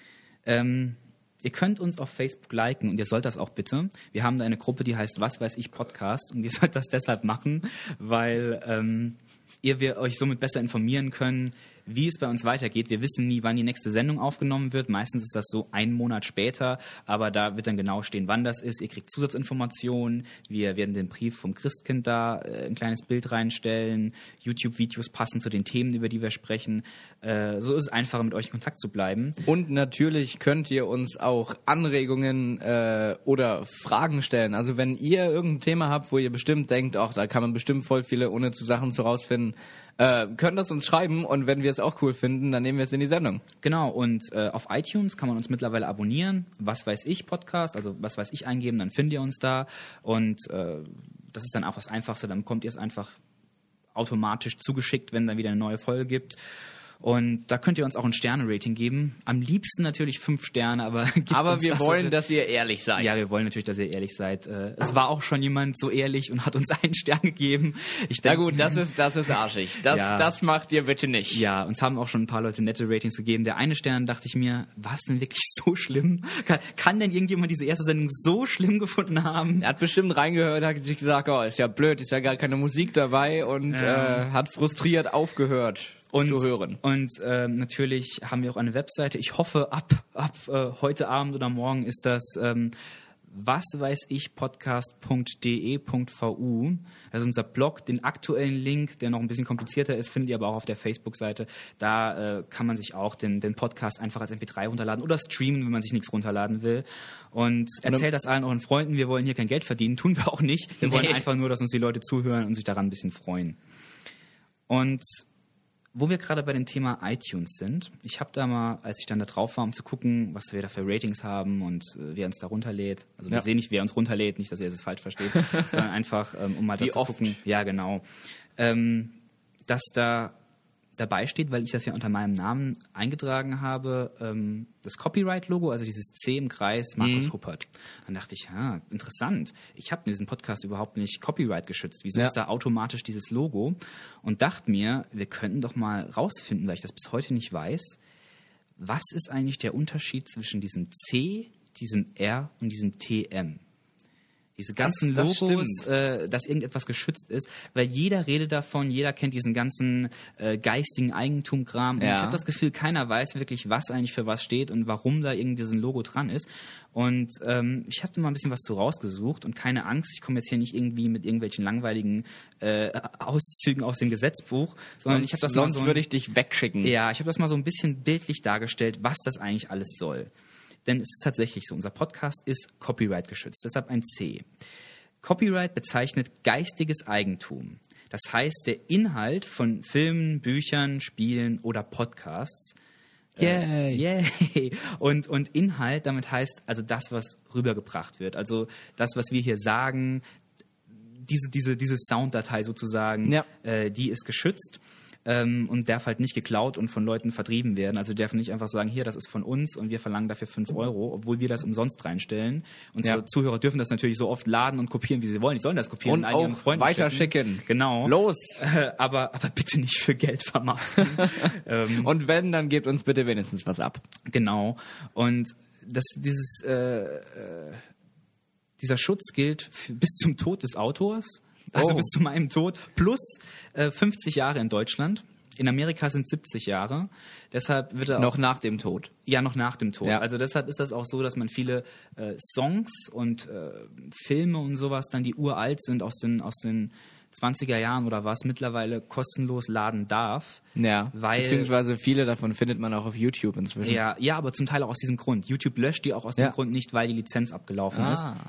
Ähm, ihr könnt uns auf Facebook liken und ihr sollt das auch bitte. Wir haben da eine Gruppe, die heißt Was weiß ich Podcast und ihr sollt das deshalb machen, weil ähm, ihr wir euch somit besser informieren können, wie es bei uns weitergeht. Wir wissen nie, wann die nächste Sendung aufgenommen wird. Meistens ist das so einen Monat später, aber da wird dann genau stehen, wann das ist. Ihr kriegt Zusatzinformationen. Wir werden den Brief vom Christkind da äh, ein kleines Bild reinstellen. YouTube-Videos passen zu den Themen, über die wir sprechen. Äh, so ist es einfacher, mit euch in Kontakt zu bleiben.
Und natürlich könnt ihr uns auch Anregungen äh, oder Fragen stellen. Also wenn ihr irgendein Thema habt, wo ihr bestimmt denkt, ach, da kann man bestimmt voll viele unnütze Sachen zu rausfinden, äh, könnt das uns schreiben und wenn wir es auch cool finden, dann nehmen wir es in die Sendung.
Genau, und äh, auf iTunes kann man uns mittlerweile abonnieren. Was weiß ich Podcast, also was weiß ich eingeben, dann findet ihr uns da. Und äh, das ist dann auch das Einfachste, dann bekommt ihr es einfach automatisch zugeschickt, wenn dann wieder eine neue Folge gibt. Und da könnt ihr uns auch ein Sterne-Rating geben. Am liebsten natürlich fünf Sterne, aber gebt
Aber
uns
wir
das,
wollen,
was
dass ihr ehrlich seid.
Ja, wir wollen natürlich, dass ihr ehrlich seid. Äh, Es war auch schon jemand so ehrlich und hat uns einen Stern gegeben. Ich
Na
denk,
gut, das ist, das ist arschig. Das,
Ja.
das macht ihr bitte nicht.
Ja, uns haben auch schon ein paar Leute nette Ratings gegeben. Der eine Stern, dachte ich mir, war es denn wirklich so schlimm? Kann, kann denn irgendjemand diese erste Sendung so schlimm gefunden haben?
Er hat bestimmt reingehört, hat sich gesagt, oh, ist ja blöd, ist ja gar keine Musik dabei und
Ja.
äh, hat frustriert aufgehört
Und,
zu hören.
und ähm, natürlich haben wir auch eine Webseite. Ich hoffe, ab, ab äh, heute Abend oder morgen ist das ähm, wasweißichpodcast punkt de punkt vu. Das ist unser Blog. Den aktuellen Link, der noch ein bisschen komplizierter ist, findet ihr aber auch auf der Facebook-Seite. Da äh, kann man sich auch den, den Podcast einfach als M P drei runterladen oder streamen, wenn man sich nichts runterladen will. Und erzählt das allen euren Freunden. Wir wollen hier kein Geld verdienen. Tun wir auch nicht. Wir
Nee.
wollen einfach nur, dass uns die Leute zuhören und sich daran ein bisschen freuen. Und wo wir gerade bei dem Thema iTunes sind, ich habe da mal, als ich dann da drauf war, um zu gucken, was wir da für Ratings haben und äh, wer uns da runterlädt. Also wir
Ja.
sehen nicht, wer uns runterlädt, nicht, dass ihr das falsch versteht, sondern einfach, ähm, um mal da
Wie
zu
oft?
gucken. Ja, genau. Ähm, dass da dabei steht, weil ich das ja unter meinem Namen eingetragen habe, ähm, das Copyright-Logo, also dieses C im Kreis, Markus
Mhm.
Huppert. Dann dachte ich, ja, interessant. Ich habe diesen Podcast überhaupt nicht Copyright geschützt. Wieso
Ja.
ist da automatisch dieses Logo? Und dachte mir, wir könnten doch mal rausfinden, weil ich das bis heute nicht weiß, was ist eigentlich der Unterschied zwischen diesem C, diesem R und diesem T M? Diese ganzen
Das- das
Logos,
stimmt.
äh, dass irgendetwas geschützt ist, weil jeder redet davon, jeder kennt diesen ganzen äh, geistigen Eigentumkram. Und
Ja.
ich habe das Gefühl, keiner weiß wirklich, was eigentlich für was steht und warum da irgendwie diesen Logo dran ist. Und ähm, ich habe da mal ein bisschen was zu rausgesucht und keine Angst, ich komme jetzt hier nicht irgendwie mit irgendwelchen langweiligen äh, Auszügen aus dem Gesetzbuch, sondern ich habe das mal
sonst
so ein-
würde ich dich wegschicken.
ja, ich habe das mal so ein bisschen bildlich dargestellt, was das eigentlich alles soll. Denn es ist tatsächlich so, unser Podcast ist Copyright geschützt, deshalb ein C. Copyright bezeichnet geistiges Eigentum. Das heißt, der Inhalt von Filmen, Büchern, Spielen oder Podcasts.
Yay.
Äh, yay. Und, und Inhalt, damit heißt also das, was rübergebracht wird. Also das, was wir hier sagen, diese, diese, diese Sounddatei sozusagen,
Ja.
äh, die ist geschützt. ähm, und darf halt nicht geklaut und von Leuten vertrieben werden. Also dürfen nicht einfach sagen, hier, das ist von uns und wir verlangen dafür fünf Euro, obwohl wir das umsonst reinstellen. Unsere
Ja.
Zuhörer dürfen das natürlich so oft laden und kopieren, wie sie wollen. Die sollen das kopieren
Und
und all ihren
auch
Freunden
weiterschicken.
Genau.
Los!
Äh, aber, aber bitte nicht für Geld vermarkten. ähm,
Und wenn, dann gebt uns bitte wenigstens was ab.
Genau. Und das, dieses, äh, äh, dieser Schutz gilt für, bis zum Tod des Autors, also
Oh.
bis zu meinem Tod, plus äh, fünfzig Jahre in Deutschland. In Amerika sind siebzig Jahre. Deshalb wird er
Noch
auch,
nach dem Tod.
ja, noch nach dem Tod.
Ja.
Also deshalb ist das auch so, dass man viele äh, Songs und äh, Filme und sowas dann, die uralt sind, aus den, aus den zwanziger Jahren oder was, mittlerweile kostenlos laden darf.
Ja,
Weil-
beziehungsweise viele davon findet man auch auf YouTube inzwischen.
Ja, ja, aber zum Teil auch aus diesem Grund. YouTube löscht die auch aus dem
Ja.
Grund nicht, weil die Lizenz abgelaufen ist.
Ah.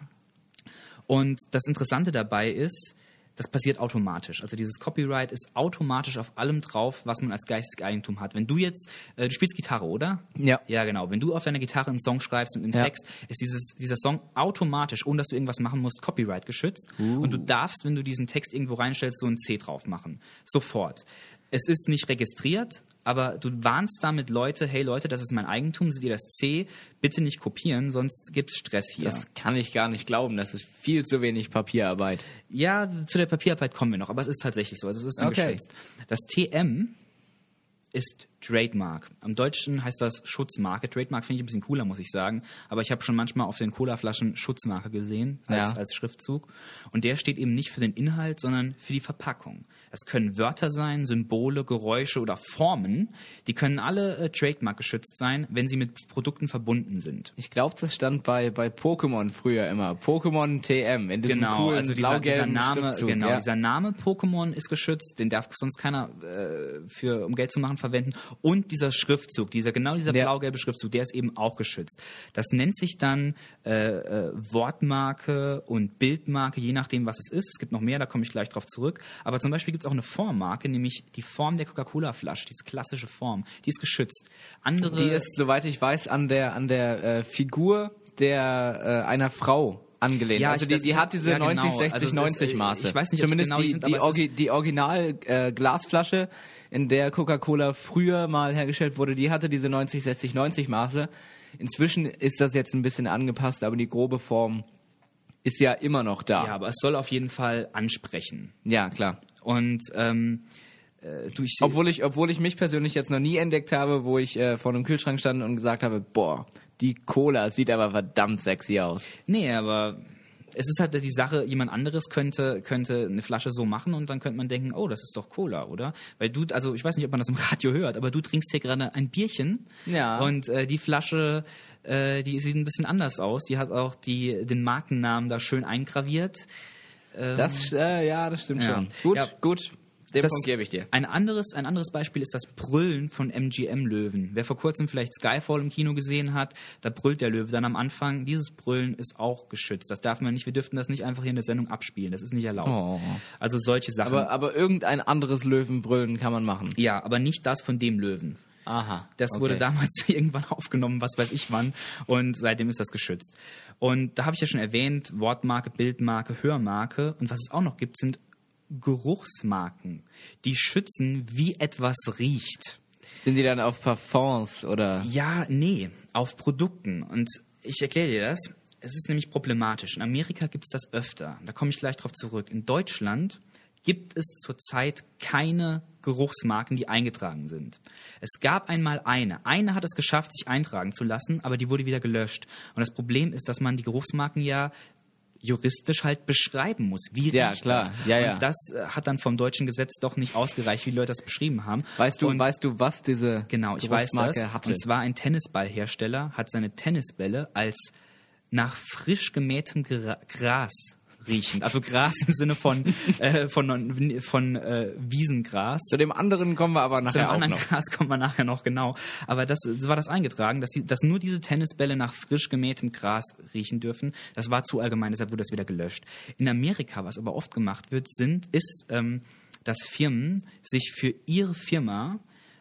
Und das Interessante dabei ist, das passiert automatisch. Also dieses Copyright ist automatisch auf allem drauf, was man als geistiges Eigentum hat. Wenn du jetzt, äh, du spielst Gitarre, oder?
Ja.
Ja, genau. Wenn du auf deiner Gitarre einen Song schreibst mit einem
Ja.
Text, ist dieses, dieser Song automatisch, ohne dass du irgendwas machen musst, Copyright geschützt.
Uh.
Und du darfst, wenn du diesen Text irgendwo reinstellst, so ein C drauf machen. Sofort. Es ist nicht registriert, aber du warnst damit Leute, hey Leute, das ist mein Eigentum, seht ihr das C, bitte nicht kopieren, sonst gibt's Stress hier.
Das kann ich gar nicht glauben. Das ist viel zu wenig Papierarbeit.
Ja, zu der Papierarbeit kommen wir noch, aber es ist tatsächlich so. Also es ist dann
Okay.
geschützt. Das T M ist Trademark. Am Deutschen heißt das Schutzmarke. Trademark finde ich ein bisschen cooler, muss ich sagen. Aber ich habe schon manchmal auf den Colaflaschen Schutzmarke gesehen als,
Ja.
als Schriftzug. Und der steht eben nicht für den Inhalt, sondern für die Verpackung. Das können Wörter sein, Symbole, Geräusche oder Formen. Die können alle äh, Trademark geschützt sein, wenn sie mit Produkten verbunden sind.
Ich glaube, das stand bei, bei Pokémon früher immer. Pokémon T M in diesem
Genau,
coolen
also dieser, dieser
blau-gelben
Name,
Schriftzug.
genau,
ja.
dieser Name Pokémon ist geschützt, den darf sonst keiner äh, für um Geld zu machen verwenden. Und dieser Schriftzug, dieser genau dieser
Ja.
blau-gelbe Schriftzug, der ist eben auch geschützt. Das nennt sich dann äh, äh, Wortmarke und Bildmarke, je nachdem, was es ist. Es gibt noch mehr, da komme ich gleich drauf zurück. Aber zum Beispiel gibt es auch eine Formmarke, nämlich die Form der Coca-Cola-Flasche, diese klassische Form, die ist geschützt. Andere,
Die ist, soweit ich weiß, an der, an der äh, Figur der äh, einer Frau angelehnt.
Ja,
also
ich-
die,
das-
die hat diese
ja, genau.
neunzig, sechzig,
Also es ist,
neunzig
äh,
Maße.
ich weiß nicht, ob es
Zumindest
genau die
die,
sind,
die,
aber es
Orgi
ist-
die Original äh, Glasflasche, in der Coca-Cola früher mal hergestellt wurde, die hatte diese neunzig, sechzig, neunzig Maße. Inzwischen ist das jetzt ein bisschen angepasst, aber die grobe Form ist ja immer noch da.
ja, aber es soll auf jeden Fall ansprechen.
Ja, klar.
Und ähm, äh, du, ich,
Obwohl ich, obwohl ich mich persönlich jetzt noch nie entdeckt habe, wo ich äh, vor einem Kühlschrank stand und gesagt habe, boah, die Cola sieht aber verdammt sexy aus.
Nee, aber es ist halt die Sache, jemand anderes könnte, könnte eine Flasche so machen und dann könnte man denken, oh, das ist doch Cola, oder? Weil du, also ich weiß nicht, ob man das im Radio hört, aber du trinkst hier gerade ein Bierchen
Ja.
und äh, die Flasche, äh, die sieht ein bisschen anders aus. Die hat auch die, den Markennamen da schön eingraviert. Ähm,
Das, äh, ja, das stimmt
Ja.
schon. Gut,
Ja.
gut. Den
Das-
Punkt gebe ich dir.
Ein anderes, ein anderes Beispiel ist das Brüllen von M G M-Löwen. Wer vor kurzem vielleicht Skyfall im Kino gesehen hat, da brüllt der Löwe dann am Anfang. Dieses Brüllen ist auch geschützt. Das darf man nicht, wir dürften das nicht einfach hier in der Sendung abspielen. Das ist nicht erlaubt.
Oh.
Also solche Sachen.
Aber, aber irgendein anderes Löwenbrüllen kann man machen.
ja, aber nicht das von dem Löwen.
Aha.
Das
okay.
wurde damals irgendwann aufgenommen, was weiß ich wann, und seitdem ist das geschützt. Und da habe ich ja schon erwähnt, Wortmarke, Bildmarke, Hörmarke. Und was es auch noch gibt, sind Geruchsmarken, die schützen, wie etwas riecht.
Sind die dann auf Parfums oder?
Ja, nee, auf Produkten. Und ich erkläre dir das. Es ist nämlich problematisch. In Amerika gibt es das öfter. Da komme ich gleich drauf zurück. In Deutschland gibt es zurzeit keine Geruchsmarken, die eingetragen sind. Es gab einmal eine. Eine hat es geschafft, sich eintragen zu lassen, aber die wurde wieder gelöscht. Und das Problem ist, dass man die Geruchsmarken ja juristisch halt beschreiben muss. Wie
Ja,
riecht
klar.
das?
Ja, ja.
Und das äh, hat dann vom deutschen Gesetz doch nicht ausgereicht, wie die Leute das beschrieben haben.
Weißt du,
Und
weißt du, was diese
Genau, ich weiß
Geruchsmarke
das.
hatte?
Und zwar ein Tennisballhersteller hat seine Tennisbälle als nach frisch gemähtem Gra- Gras riechend. Also Gras im Sinne von, äh, von, von äh, Wiesengras.
Zu dem anderen kommen wir aber
Zu dem
nachher auch
anderen
noch.
Gras kommen wir nachher noch, genau. Aber das, so war das eingetragen, dass, die, dass nur diese Tennisbälle nach frisch gemähtem Gras riechen dürfen. Das war zu allgemein, deshalb wurde das wieder gelöscht. In Amerika, was aber oft gemacht wird, sind, ist, ähm, dass Firmen sich für ihre Firma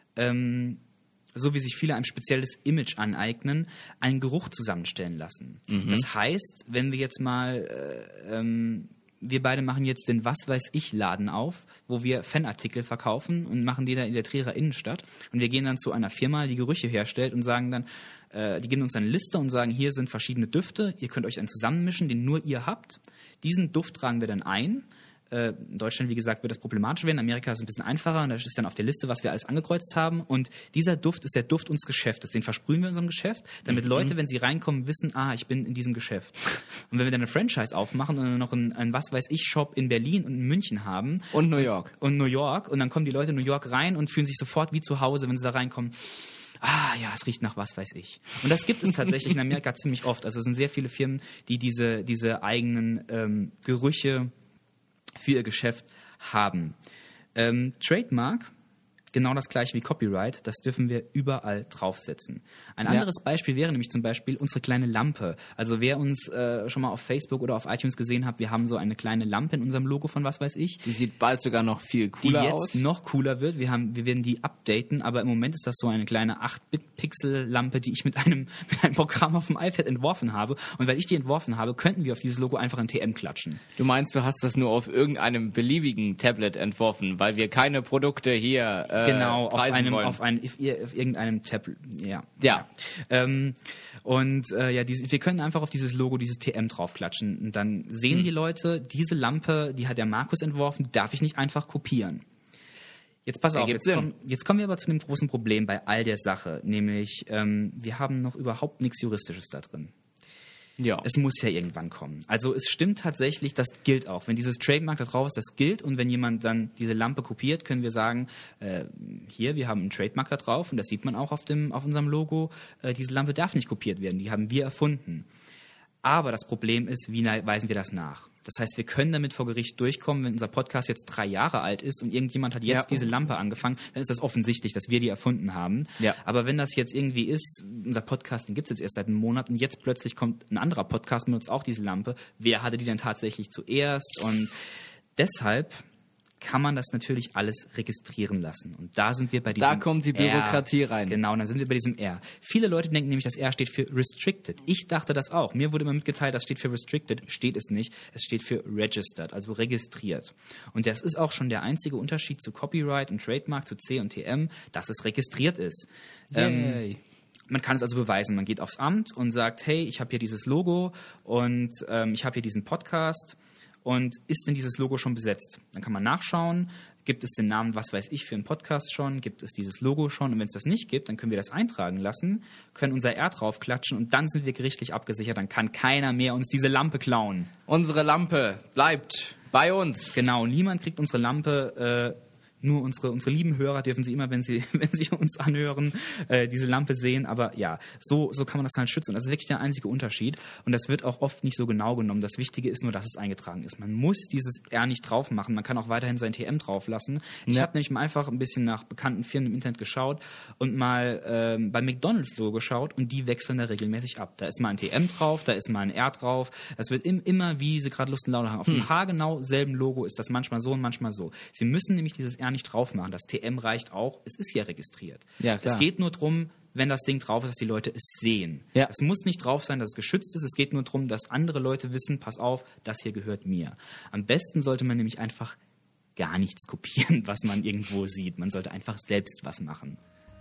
ähm, so wie sich viele ein spezielles Image aneignen, einen Geruch zusammenstellen lassen.
Mhm.
Das heißt, wenn wir jetzt mal äh, ähm, wir beide machen jetzt den Was-weiß-ich-Laden auf, wo wir Fanartikel verkaufen und machen die dann in der Trierer Innenstadt. Und wir gehen dann zu einer Firma, die Gerüche herstellt und sagen dann, äh, die geben uns eine Liste und sagen, hier sind verschiedene Düfte, ihr könnt euch einen zusammenmischen, den nur ihr habt. Diesen Duft tragen wir dann ein. In Deutschland, wie gesagt, wird das problematisch werden. In Amerika ist es ein bisschen einfacher und da ist dann auf der Liste, was wir alles angekreuzt haben. Und dieser Duft ist der Duft unseres Geschäftes. Den versprühen wir in unserem Geschäft, damit mhm. Leute, wenn sie reinkommen, wissen, ah, ich bin in diesem Geschäft. Und wenn wir dann eine Franchise aufmachen und dann noch einen, einen was-weiß-ich-Shop in Berlin und in München haben.
Und New York.
Und New York. Und dann kommen die Leute in New York rein und fühlen sich sofort wie zu Hause, wenn sie da reinkommen. Ah, ja, es riecht nach was weiß ich. Und das gibt es tatsächlich in Amerika ziemlich oft. Also es sind sehr viele Firmen, die diese, diese eigenen ähm, Gerüche für ihr Geschäft haben. Ähm, Trademark, genau das gleiche wie Copyright, das dürfen wir überall draufsetzen. Ein ja. anderes Beispiel wäre nämlich zum Beispiel unsere kleine Lampe. Also wer uns äh, schon mal auf Facebook oder auf iTunes gesehen hat, wir haben so eine kleine Lampe in unserem Logo von was weiß ich.
Die sieht bald sogar noch viel cooler aus.
Die jetzt aus. noch cooler wird. Wir, haben, wir werden die updaten, aber im Moment ist das so eine kleine acht Bit Pixel-Lampe, die ich mit einem, mit einem Programm auf dem iPad entworfen habe. Und weil ich die entworfen habe, könnten wir auf dieses Logo einfach ein T M klatschen.
Du meinst, du hast das nur auf irgendeinem beliebigen Tablet entworfen, weil wir keine Produkte hier äh,
Genau, auf einem,
wollen.
auf einem, auf irgendeinem Tablet, ja.
Ja.
Ähm, und äh, ja, diese, wir können einfach auf dieses Logo, dieses T M draufklatschen. Und dann sehen hm. die Leute, diese Lampe, die hat der Markus entworfen, die darf ich nicht einfach kopieren. Jetzt pass auf, jetzt, komm, jetzt kommen wir aber zu dem großen Problem bei all der Sache, nämlich ähm, wir haben noch überhaupt nichts Juristisches da drin. Ja. Es muss ja irgendwann kommen. Also es stimmt tatsächlich, das gilt auch. Wenn dieses Trademark da drauf ist, das gilt. Und wenn jemand dann diese Lampe kopiert, können wir sagen, äh, hier, wir haben einen Trademark da drauf und das sieht man auch auf, dem, auf unserem Logo. Äh, diese Lampe darf nicht kopiert werden, die haben wir erfunden. Aber das Problem ist, wie weisen wir das nach? Das heißt, wir können damit vor Gericht durchkommen, wenn unser Podcast jetzt drei Jahre alt ist und irgendjemand hat jetzt ja. diese Lampe angefangen, dann ist das offensichtlich, dass wir die erfunden haben. Ja. Aber wenn das jetzt irgendwie ist, unser Podcast, den gibt es jetzt erst seit einem Monat und jetzt plötzlich kommt ein anderer Podcast, benutzt auch diese Lampe, wer hatte die denn tatsächlich zuerst? Und deshalb kann man das natürlich alles registrieren lassen. Und da sind wir bei diesem
Da kommt die Bürokratie
R.
rein.
Genau, und dann sind wir bei diesem R. Viele Leute denken nämlich, das R steht für Restricted. Ich dachte das auch. Mir wurde immer mitgeteilt, das steht für Restricted. Steht es nicht. Es steht für Registered, also registriert. Und das ist auch schon der einzige Unterschied zu Copyright und Trademark, zu C und T M, dass es registriert ist. Ähm, Man kann es also beweisen. Man geht aufs Amt und sagt, hey, ich habe hier dieses Logo und ähm, ich habe hier diesen Podcast. Und ist denn dieses Logo schon besetzt? Dann kann man nachschauen, gibt es den Namen, was weiß ich, für einen Podcast schon, gibt es dieses Logo schon? Und wenn es das nicht gibt, dann können wir das eintragen lassen, können unser R draufklatschen und dann sind wir gerichtlich abgesichert. Dann kann keiner mehr uns diese Lampe klauen.
Unsere Lampe bleibt bei uns.
Genau, niemand kriegt unsere Lampe, äh, nur unsere, unsere lieben Hörer dürfen sie immer, wenn sie, wenn sie uns anhören, äh, diese Lampe sehen. Aber ja, so, so kann man das halt schützen. Und das ist wirklich der einzige Unterschied. Und das wird auch oft nicht so genau genommen. Das Wichtige ist nur, dass es eingetragen ist. Man muss dieses R nicht drauf machen. Man kann auch weiterhin sein T M drauf lassen. Ich ja. habe nämlich mal einfach ein bisschen nach bekannten Firmen im Internet geschaut und mal ähm, bei McDonald's Logo geschaut und die wechseln da regelmäßig ab. Da ist mal ein T M drauf, da ist mal ein R drauf. Das wird im, immer, wie sie gerade Lust und Laune haben. Auf hm. dem haargenau selben Logo ist das manchmal so und manchmal so. Sie müssen nämlich dieses R nicht drauf machen. Das T M reicht auch. Es ist ja registriert. Ja, klar. Es geht nur darum, wenn das Ding drauf ist, dass die Leute es sehen. Ja. Es muss nicht drauf sein, dass es geschützt ist. Es geht nur darum, dass andere Leute wissen, pass auf, das hier gehört mir. Am besten sollte man nämlich einfach gar nichts kopieren, was man irgendwo sieht. Man sollte einfach selbst was machen.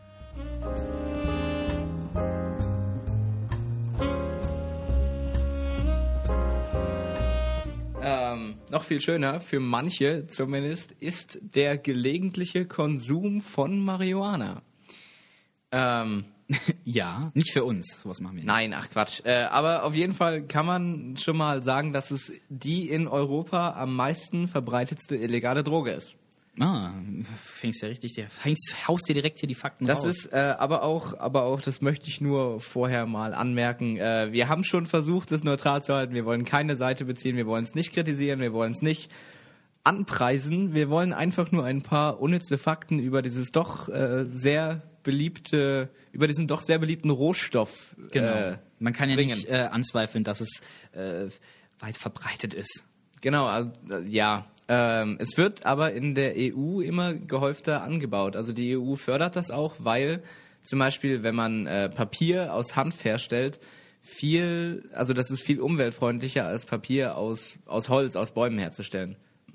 Ähm, noch viel schöner, für manche zumindest, ist der gelegentliche Konsum von Marihuana. Ähm,
ja, nicht für uns, sowas machen wir nicht.
Nein, ach Quatsch. Äh, aber auf jeden Fall kann man schon mal sagen, dass es die in Europa am meisten verbreitetste illegale Droge ist.
Ah, fängst ja richtig, der fängst, haust dir direkt hier die Fakten
das
raus.
Das ist äh, aber auch, aber auch, das möchte ich nur vorher mal anmerken. Äh, wir haben schon versucht, es neutral zu halten. Wir wollen keine Seite beziehen, wir wollen es nicht kritisieren, wir wollen es nicht anpreisen. Wir wollen einfach nur ein paar unnütze Fakten über dieses doch äh, sehr beliebte, über diesen doch sehr beliebten Rohstoff.
Genau. Äh, Man kann ja bringen. nicht äh, anzweifeln, dass es äh, weit verbreitet ist.
Genau, also, äh, ja. Ähm, es wird aber in der E U immer gehäufter angebaut. Also die E U fördert das auch, weil zum Beispiel, wenn man äh, Papier aus Hanf herstellt, viel, also das ist viel umweltfreundlicher als Papier aus, aus Holz, aus Bäumen herzustellen.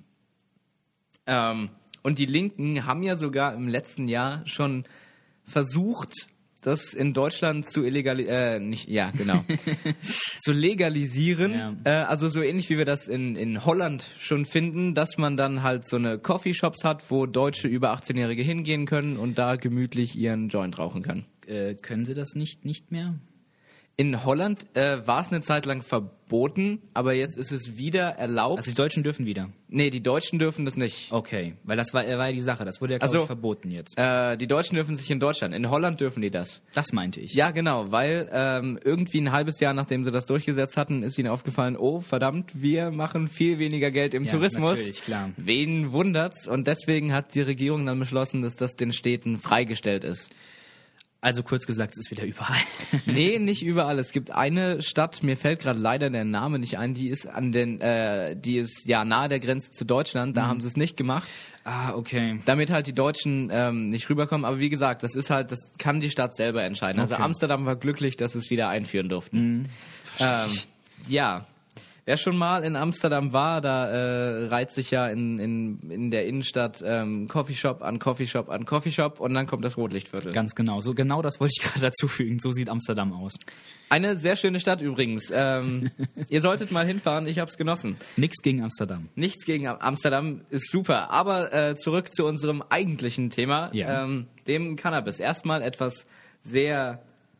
Ähm, und die Linken haben ja sogar im letzten Jahr schon versucht, das in Deutschland zu illegalisieren, äh, nicht, ja, genau, zu legalisieren. Ja. Äh, also so ähnlich wie wir das in, in Holland schon finden, dass man dann halt so eine Coffeeshops hat, wo Deutsche über achtzehnjährige hingehen können und da gemütlich ihren Joint rauchen können.
Äh, können sie das nicht, nicht mehr?
In Holland äh, war es eine Zeit lang verboten, aber jetzt ist es wieder erlaubt.
Also die Deutschen dürfen wieder?
Nee, die Deutschen dürfen das nicht.
Okay, weil das war, war ja die Sache, das wurde ja, glaube
also,
ich, verboten jetzt.
Äh, die Deutschen dürfen sich in Deutschland, in Holland dürfen die das.
Das meinte ich.
Ja, genau, weil ähm, irgendwie ein halbes Jahr, nachdem sie das durchgesetzt hatten, ist ihnen aufgefallen, oh verdammt, wir machen viel weniger Geld im
ja,
Tourismus.
Natürlich, klar.
Wen wundert's? Und deswegen hat die Regierung dann beschlossen, dass das den Städten freigestellt ist.
Also kurz gesagt, es ist wieder überall.
Nee, nicht überall. Es gibt eine Stadt, mir fällt gerade leider der Name nicht ein, die ist an den, äh, die ist ja nahe der Grenze zu Deutschland, da mhm. haben sie es nicht gemacht.
Ah, okay.
Damit halt die Deutschen ähm, nicht rüberkommen. Aber wie gesagt, das ist halt, das kann die Stadt selber entscheiden. Okay. Also Amsterdam war glücklich, dass sie es wieder einführen durften.
Mhm. Verstehe
ähm,
ich.
Ja. Wer schon mal in Amsterdam war, da äh, reiht sich ja in, in, in der Innenstadt ähm, Coffeeshop an Coffeeshop an Coffeeshop und dann kommt das Rotlichtviertel.
Ganz genau, so genau das wollte ich gerade dazu fügen. So sieht Amsterdam aus.
Eine sehr schöne Stadt übrigens. Ähm, ihr solltet mal hinfahren, ich habe es genossen.
Nichts gegen Amsterdam.
Nichts gegen Amsterdam ist super. Aber äh, zurück zu unserem eigentlichen Thema,
ja.
ähm, dem Cannabis. Erstmal etwas sehr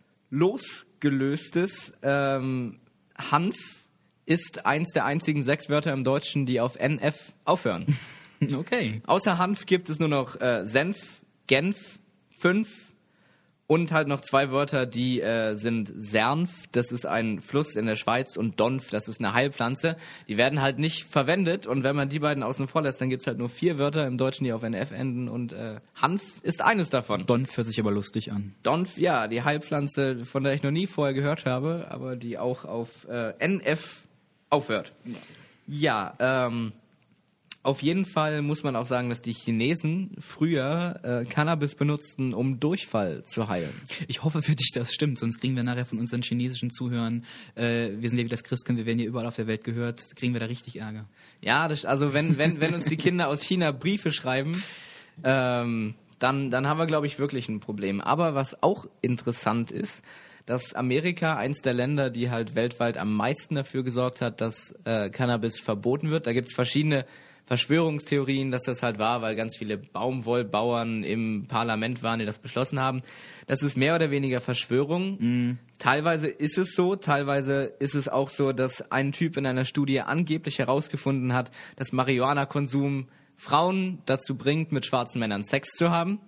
losgelöstes. Ähm, Hanf ist eins der einzigen sechs Wörter im Deutschen, die auf N F aufhören.
Okay.
Außer Hanf gibt es nur noch äh, Senf, Genf, fünf und halt noch zwei Wörter, die äh, sind Sernf, das ist ein Fluss in der Schweiz, und Donf, das ist eine Heilpflanze. Die werden halt nicht verwendet, und wenn man die beiden außen vor lässt, dann gibt es halt nur vier Wörter im Deutschen, die auf N F enden, und äh, Hanf ist eines davon.
Donf hört sich aber lustig an.
Donf, ja, die Heilpflanze, von der ich noch nie vorher gehört habe, aber die auch auf äh, N F aufhört. Ja, ähm, auf jeden Fall muss man auch sagen, dass die Chinesen früher äh, Cannabis benutzten, um Durchfall zu heilen.
Ich hoffe für dich, das stimmt, sonst kriegen wir nachher von unseren chinesischen Zuhörern, äh, wir sind ja wie das Christkind, wir werden hier überall auf der Welt gehört, kriegen wir da richtig Ärger.
Ja, das, also wenn, wenn, wenn uns die Kinder aus China Briefe schreiben, ähm, dann, dann haben wir, glaube ich, wirklich ein Problem. Aber was auch interessant ist, dass Amerika eins der Länder, die halt weltweit am meisten dafür gesorgt hat, dass äh, Cannabis verboten wird. Da gibt es verschiedene Verschwörungstheorien, dass das halt war, weil ganz viele Baumwollbauern im Parlament waren, die das beschlossen haben. Das ist mehr oder weniger Verschwörung.
Mm.
Teilweise ist es so, teilweise ist es auch so, dass ein Typ in einer Studie angeblich herausgefunden hat, dass Marihuana-Konsum Frauen dazu bringt, mit schwarzen Männern Sex zu haben.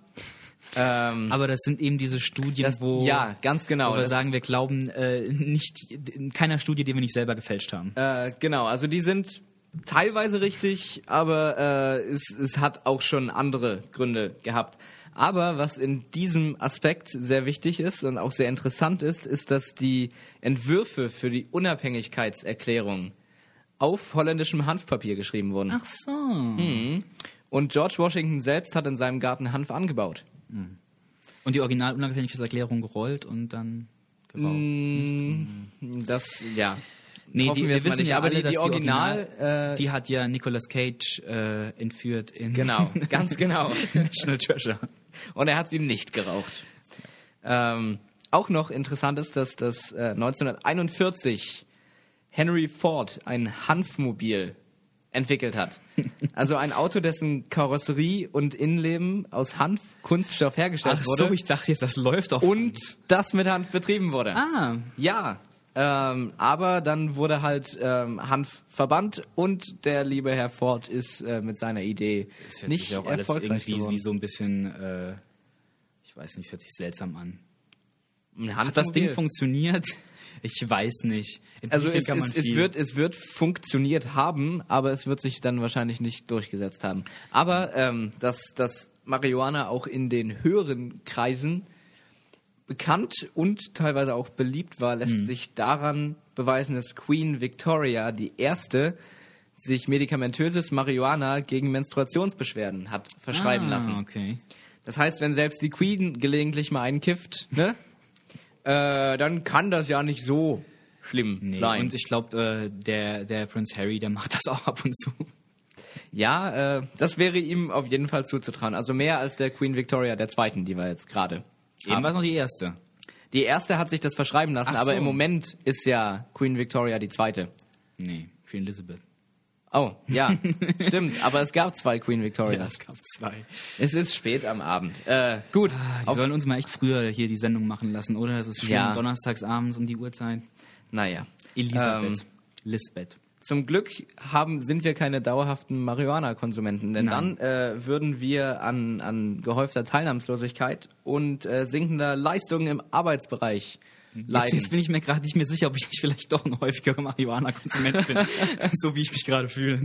Ähm, Aber das sind eben diese Studien,
das,
wo,
ja, ganz genau,
wo wir
das,
sagen, wir glauben äh, nicht in keiner Studie, die wir nicht selber gefälscht haben.
Äh, genau, also die sind teilweise richtig, aber äh, es, es hat auch schon andere Gründe gehabt. Aber was in diesem Aspekt sehr wichtig ist und auch sehr interessant ist, ist, dass die Entwürfe für die Unabhängigkeitserklärung auf holländischem Hanfpapier geschrieben wurden.
Ach so.
Mhm. Und George Washington selbst hat in seinem Garten Hanf angebaut.
Und die Original-Unabhängigkeitserklärung gerollt und dann
mm, das, ja.
Nee, die, wir, wir wissen
nicht,
ja
aber
alle,
die,
dass
die Original,
Original, äh, die hat ja Nicolas Cage äh, entführt in
genau, ganz genau.
National Treasure.
Und er hat ihn nicht geraucht. Ähm, auch noch interessant ist, dass das äh, neunzehnhunderteinundvierzig Henry Ford ein Hanfmobil entwickelt hat. Also ein Auto, dessen Karosserie und Innenleben aus Hanfkunststoff hergestellt
Ach
wurde.
so, ich dachte jetzt, das läuft doch.
Und das mit Hanf betrieben wurde.
Ah.
Ja. Ähm, aber dann wurde halt ähm, Hanf verbannt und der liebe Herr Ford ist äh, mit seiner Idee
das hört
nicht
sich auch alles
erfolgreich
irgendwie
geworden.
wie so ein bisschen, äh, ich weiß nicht, es hört sich seltsam an.
Ein
Hat das Ding funktioniert? Ich weiß nicht. Im
Also
Prinzip
es,
kann man
es, es,
viel-
wird, es wird funktioniert haben, aber es wird sich dann wahrscheinlich nicht durchgesetzt haben. Aber ähm, dass, dass Marihuana auch in den höheren Kreisen bekannt und teilweise auch beliebt war, lässt
Mhm.
sich daran beweisen, dass Queen Victoria, die erste, sich medikamentöses Marihuana gegen Menstruationsbeschwerden hat verschreiben
ah,
lassen.
Okay.
Das heißt, wenn selbst die Queen gelegentlich mal einen kifft, ne? äh, dann kann das ja nicht so schlimm
Nee,
sein.
und ich glaube, äh, der, der Prince Harry, der macht das auch ab und zu.
Ja, äh, das wäre ihm auf jeden Fall zuzutrauen. Also mehr als der Queen Victoria der Zweiten, die wir jetzt gerade
Eben
haben.
war es noch die erste.
Die erste hat sich das verschreiben lassen,
Ach
aber
so.
im Moment ist ja Queen Victoria die Zweite.
Nee, Queen Elizabeth.
Oh, ja, stimmt. Aber es gab zwei Queen Victorias.
es gab zwei.
Es ist spät am Abend. Äh, gut.
Die
Auf,
sollen uns mal echt früher hier die Sendung machen lassen, oder? Das ist schön,
Ja.
donnerstags abends um die Uhrzeit.
naja.
Elisabeth.
Ähm,
Lisbeth.
Zum Glück haben, sind wir keine dauerhaften Marihuana-Konsumenten, denn
Nein.
dann äh, würden wir an, an gehäufter Teilnahmslosigkeit und äh, sinkender Leistungen im Arbeitsbereich
Jetzt,
leiden.
jetzt bin ich mir gerade nicht mehr sicher, ob ich nicht vielleicht doch ein häufiger Marihuana-Konsument bin, so wie ich mich gerade fühle.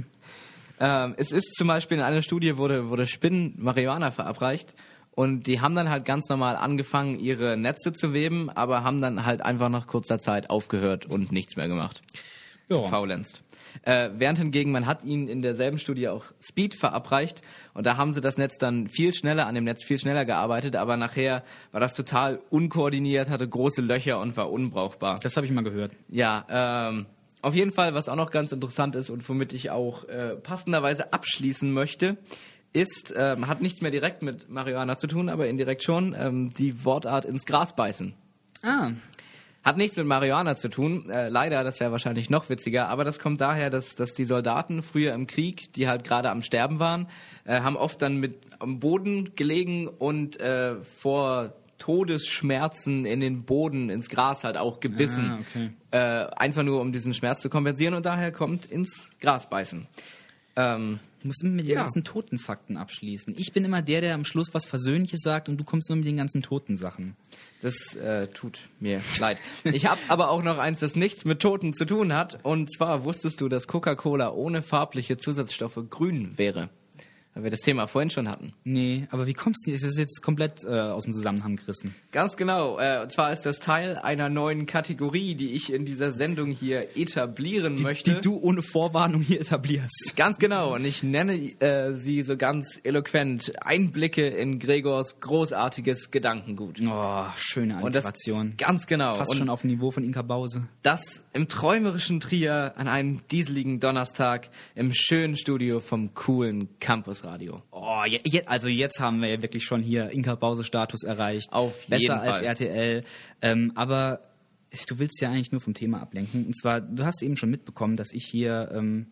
Ähm, es ist zum Beispiel in einer Studie wurde, wurde Spinnen Marihuana verabreicht und die haben dann halt ganz normal angefangen, ihre Netze zu weben, aber haben dann halt einfach nach kurzer Zeit aufgehört und nichts mehr gemacht.
Ja.
Faulenzt. Äh, während hingegen, man hat ihnen in derselben Studie auch Speed verabreicht und da haben sie das Netz dann viel schneller, an dem Netz viel schneller gearbeitet, aber nachher war das total unkoordiniert, hatte große Löcher und war unbrauchbar.
Das habe ich mal gehört.
Ja, ähm, auf jeden Fall, was auch noch ganz interessant ist und womit ich auch äh, passenderweise abschließen möchte, ist, ähm, hat nichts mehr direkt mit Marihuana zu tun, aber indirekt schon, ähm, die Wortart ins Gras beißen.
Ah,
Hat nichts mit Marihuana zu tun, äh, leider, das wäre wahrscheinlich noch witziger, aber das kommt daher, dass, dass die Soldaten früher im Krieg, die halt gerade am Sterben waren, äh, haben oft dann mit am Boden gelegen und äh, vor Todesschmerzen in den Boden, ins Gras halt auch gebissen.
Ah, okay.
äh, einfach nur, um diesen Schmerz zu kompensieren und daher kommt ins Gras beißen. Ähm,
du musst immer mit den
Ja.
ganzen Totenfakten abschließen. Ich bin immer der, der am Schluss was Versöhnliches sagt und du kommst immer mit den ganzen Totensachen.
Das äh, tut mir leid. Ich habe aber auch noch eins, das nichts mit Toten zu tun hat. Und zwar wusstest du, dass Coca-Cola ohne farbliche Zusatzstoffe grün wäre? Weil wir das Thema vorhin schon hatten.
Nee, aber wie kommst du? Es ist jetzt komplett äh, aus dem Zusammenhang gerissen.
Ganz genau. Äh, und zwar ist das Teil einer neuen Kategorie, die ich in dieser Sendung hier etablieren möchte.
Die du ohne Vorwarnung hier etablierst.
Ganz genau. Und ich nenne äh, sie so ganz eloquent Einblicke in Gregors großartiges Gedankengut.
Oh, schöne
Und das
Alliteration.
ganz genau.
Fast
Und
schon auf dem Niveau von Inka Bause.
das im träumerischen Trier an einem dieseligen Donnerstag im schönen Studio vom coolen Campusradio.
Oh, je, je, also jetzt haben wir ja wirklich schon hier Inka Bause-Status erreicht.
Auf
Besser
jeden
als
Fall.
R T L. Ähm, aber du willst ja eigentlich nur vom Thema ablenken. Und zwar, du hast eben schon mitbekommen, dass ich hier ähm,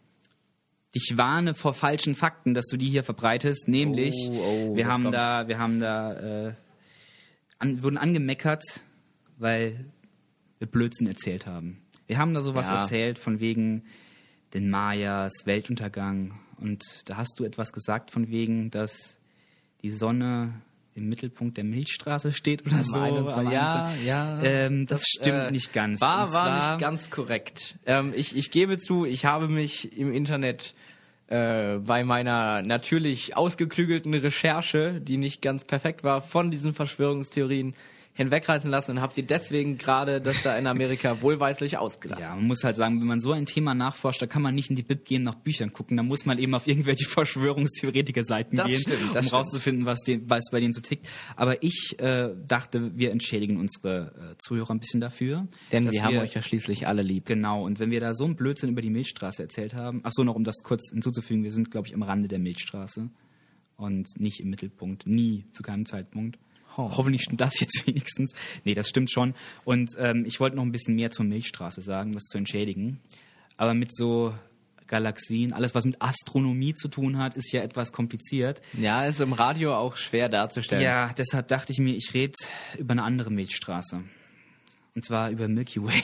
dich warne vor falschen Fakten, dass du die hier verbreitest. Nämlich,
Oh, oh,
wir,
jetzt
haben
kommt's.
da, wir haben da, äh, an, wurden angemeckert, weil wir Blödsinn erzählt haben. Wir haben da sowas
Ja.
erzählt von wegen den Mayas, Weltuntergang. Und da hast du etwas gesagt von wegen, dass die Sonne im Mittelpunkt der Milchstraße steht oder so.
einundzwanzig Ja, ja.
Ähm, das, stimmt
äh,
nicht ganz.
War,
Und
war
zwar-
nicht ganz korrekt. Ähm, ich, ich gebe zu, ich habe mich im Internet äh, bei meiner natürlich ausgeklügelten Recherche, die nicht ganz perfekt war, von diesen Verschwörungstheorien hinwegreißen lassen und habe sie deswegen gerade, das da in Amerika wohlweislich ausgelassen.
Ja, man muss halt sagen, wenn man so ein Thema nachforscht, da kann man nicht in die Bib gehen, nach Büchern gucken, da muss man eben auf irgendwelche Verschwörungstheoretiker-Seiten
Das
gehen,
stimmt, das
um
stimmt.
rauszufinden, was, den, was bei denen so tickt. Aber ich äh, dachte, wir entschädigen unsere äh, Zuhörer ein bisschen dafür.
Denn
dass
wir haben euch ja schließlich alle lieb.
Genau, und wenn wir da so einen Blödsinn über die Milchstraße erzählt haben, ach so, noch um das kurz hinzuzufügen, wir sind, glaube ich, am Rande der Milchstraße und nicht im Mittelpunkt, nie, zu keinem Zeitpunkt.
Oh.
Hoffentlich stimmt das jetzt wenigstens. Nee, das stimmt schon. Und ähm, ich wollte noch ein bisschen mehr zur Milchstraße sagen, das zu entschädigen. Aber mit so Galaxien, alles was mit Astronomie zu tun hat, ist ja etwas kompliziert.
Ja, ist im Radio auch schwer darzustellen.
Ja, deshalb dachte ich mir, ich rede über eine andere Milchstraße. Und zwar über Milky Way.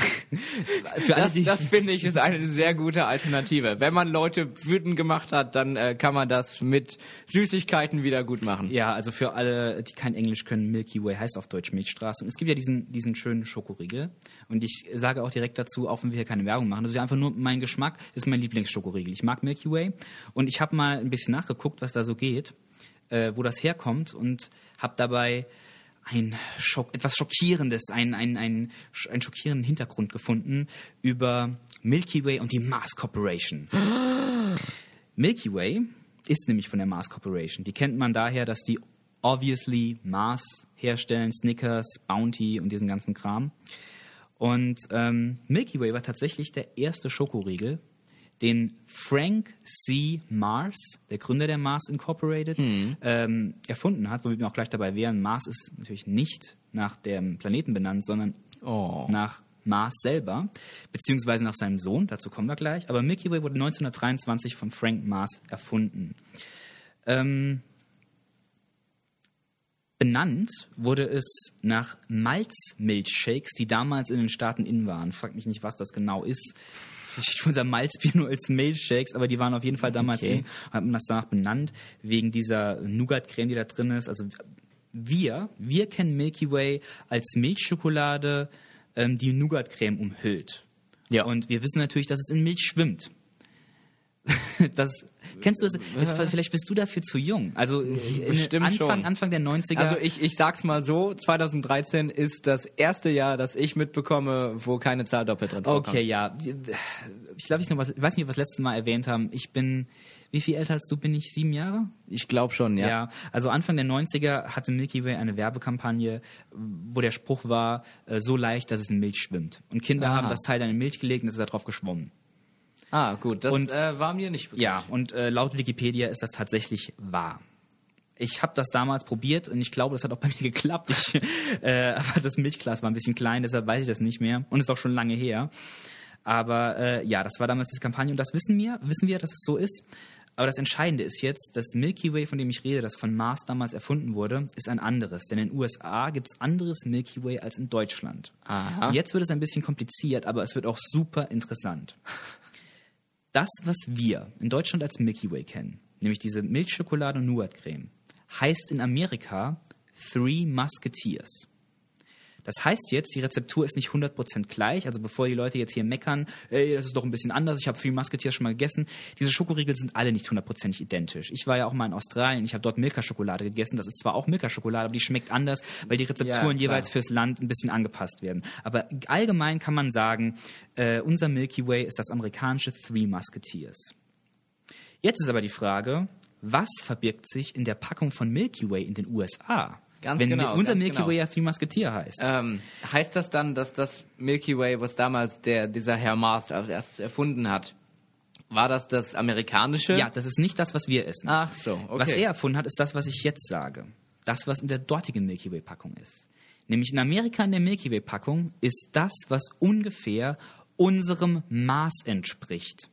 Für alle,
Das,
die-
das finde ich ist eine sehr gute Alternative. Wenn man Leute wütend gemacht hat, dann äh, kann man das mit Süßigkeiten wieder gut machen.
Ja, also für alle, die kein Englisch können, Milky Way heißt auf Deutsch Milchstraße. Und es gibt ja diesen, diesen schönen Schokoriegel. Und ich sage auch direkt dazu, auch wenn wir hier keine Werbung machen, das ist ja einfach nur mein Geschmack, ist mein Lieblingsschokoriegel. Ich mag Milky Way. Und ich habe mal ein bisschen nachgeguckt, was da so geht, äh, wo das herkommt und habe dabei ein Schock, etwas Schockierendes, ein, ein, ein, einen schockierenden Hintergrund gefunden über Milky Way und die Mars Corporation. Milky Way ist nämlich von der Mars Corporation. Die kennt man daher, dass die obviously Mars herstellen, Snickers, Bounty und diesen ganzen Kram. Und ähm, Milky Way war tatsächlich der erste Schokoriegel, den Frank C. Mars, der Gründer der Mars Incorporated, mhm. ähm, erfunden hat, womit wir auch gleich dabei wären. Mars ist natürlich nicht nach dem Planeten benannt, sondern oh. nach Mars selber, beziehungsweise nach seinem Sohn, dazu kommen wir gleich. Aber Milky Way wurde neunzehnhundertdreiundzwanzig von Frank Mars erfunden. Ähm, benannt wurde es nach Malzmilchshakes, die damals in den Staaten in waren. Fragt mich nicht, was das genau ist. Ich unser Malzbier nur als Milchshakes, aber die waren auf jeden Fall damals okay. in, hat man das danach benannt, wegen dieser Nougat-Creme, die da drin ist. Also wir, wir kennen Milky Way als Milchschokolade, ähm, die Nougat-Creme umhüllt. Ja. Und wir wissen natürlich, dass es in Milch schwimmt. Das kennst du das? Jetzt, vielleicht bist du dafür zu jung. Also
Bestimmt
Anfang,
schon.
Anfang der neunziger.
Also ich, ich sag's mal so, zweitausenddreizehn ist das erste Jahr, das ich mitbekomme, wo keine Zahl doppelt drin vorkommt.
Okay, ja. Ich glaube, ich, noch was, ich weiß nicht, ob wir das letzte Mal erwähnt haben. Ich bin, wie viel älter als du? Bin ich sieben Jahre?
Ich glaube schon, ja.
Ja, also Anfang der neunziger hatte Milky Way eine Werbekampagne, wo der Spruch war, so leicht, dass es in Milch schwimmt. Und Kinder Aha. haben das Teil dann in Milch gelegt und es ist da drauf geschwommen.
Ah, gut, das
und,
äh, war mir nicht bekannt.
Ja, und äh, laut Wikipedia ist das tatsächlich wahr. Ich habe das damals probiert und ich glaube, das hat auch bei mir geklappt. Ich, äh, aber das Milchglas war ein bisschen klein, deshalb weiß ich das nicht mehr und ist auch schon lange her. Aber äh, ja, das war damals diese Kampagne und das wissen wir, wissen wir, dass es so ist. Aber das Entscheidende ist jetzt, das Milky Way, von dem ich rede, das von Mars damals erfunden wurde, ist ein anderes. Denn in den U S A gibt es anderes Milky Way als in Deutschland.
Aha.
Und jetzt wird es ein bisschen kompliziert, aber es wird auch super interessant. Das, was wir in Deutschland als Milky Way kennen, nämlich diese Milchschokolade und Nougat-Creme, heißt in Amerika Three Musketeers. Das heißt jetzt, die Rezeptur ist nicht hundert Prozent gleich, also bevor die Leute jetzt hier meckern, ey, das ist doch ein bisschen anders, ich habe Three Musketeers schon mal gegessen. Diese Schokoriegel sind alle nicht hundertprozentig identisch. Ich war ja auch mal in Australien, ich habe dort Milka-Schokolade gegessen, das ist zwar auch Milka-Schokolade, aber die schmeckt anders, weil die Rezepturen ja, jeweils fürs Land ein bisschen angepasst werden. Aber allgemein kann man sagen, äh, unser Milky Way ist das amerikanische Three Musketeers. Jetzt ist aber die Frage, was verbirgt sich in der Packung von Milky Way in den U S A?
Ganz
Wenn
genau,
unser
ganz
Milky
genau.
Way ja Three Musketeer heißt.
Ähm, heißt das dann, dass das Milky Way, was damals der, dieser Herr Mars als erstes erfunden hat, war das das amerikanische?
Ja, das ist nicht das, was wir essen.
Ach so, okay.
Was er erfunden hat, ist das, was ich jetzt sage. Das, was in der dortigen Milky Way-Packung ist. Nämlich in Amerika in der Milky Way-Packung ist das, was ungefähr unserem Maß entspricht.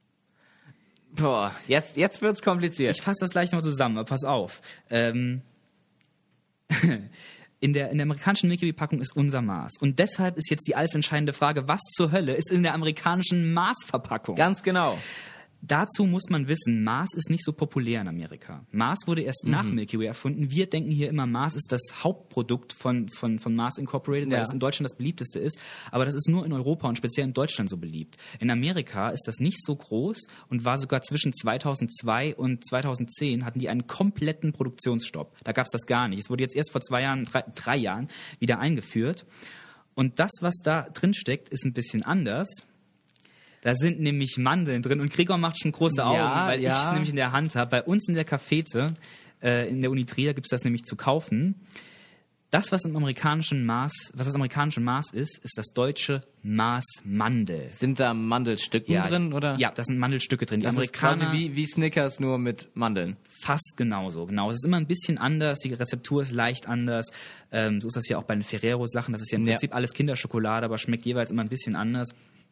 Boah, jetzt, jetzt wird's kompliziert.
Ich fasse das gleich nochmal zusammen, aber pass auf. Ähm... In der, in der amerikanischen Milky Way-Packung ist unser Maß. Und deshalb ist jetzt die alles entscheidende Frage, was zur Hölle ist in der amerikanischen Maßverpackung?
Ganz genau.
Dazu muss man wissen, Mars ist nicht so populär in Amerika. Mars wurde erst mhm. nach Milky Way erfunden. Wir denken hier immer, Mars ist das Hauptprodukt von, von, von Mars Incorporated, weil
ja.
es in Deutschland das beliebteste ist. Aber das ist nur in Europa und speziell in Deutschland so beliebt. In Amerika ist das nicht so groß und war sogar zwischen zweitausendzwei und zweitausendzehn hatten die einen kompletten Produktionsstopp. Da gab es das gar nicht. Es wurde jetzt erst vor zwei Jahren, drei, drei Jahren wieder eingeführt. Und das, was da drin steckt, ist ein bisschen anders. Da sind nämlich Mandeln drin und Gregor macht schon große Augen,
ja,
weil
ja.
ich es nämlich in der Hand habe. Bei uns in der Cafete, äh, in der Uni Trier, gibt es das nämlich zu kaufen. Das, was im amerikanischen Maß, was das amerikanische Maß ist, ist das deutsche Maßmandel.
Sind da Mandelstücken
ja,
drin, oder?
Ja, da sind Mandelstücke drin. Die
das
Amerikaner
ist quasi wie, wie Snickers, nur mit Mandeln.
Fast genauso, genau. Es ist immer ein bisschen anders, die Rezeptur ist leicht anders. Ähm, so ist das ja auch bei den Ferrero-Sachen. Das ist ja im Prinzip ja. alles Kinderschokolade, aber schmeckt jeweils immer ein bisschen anders.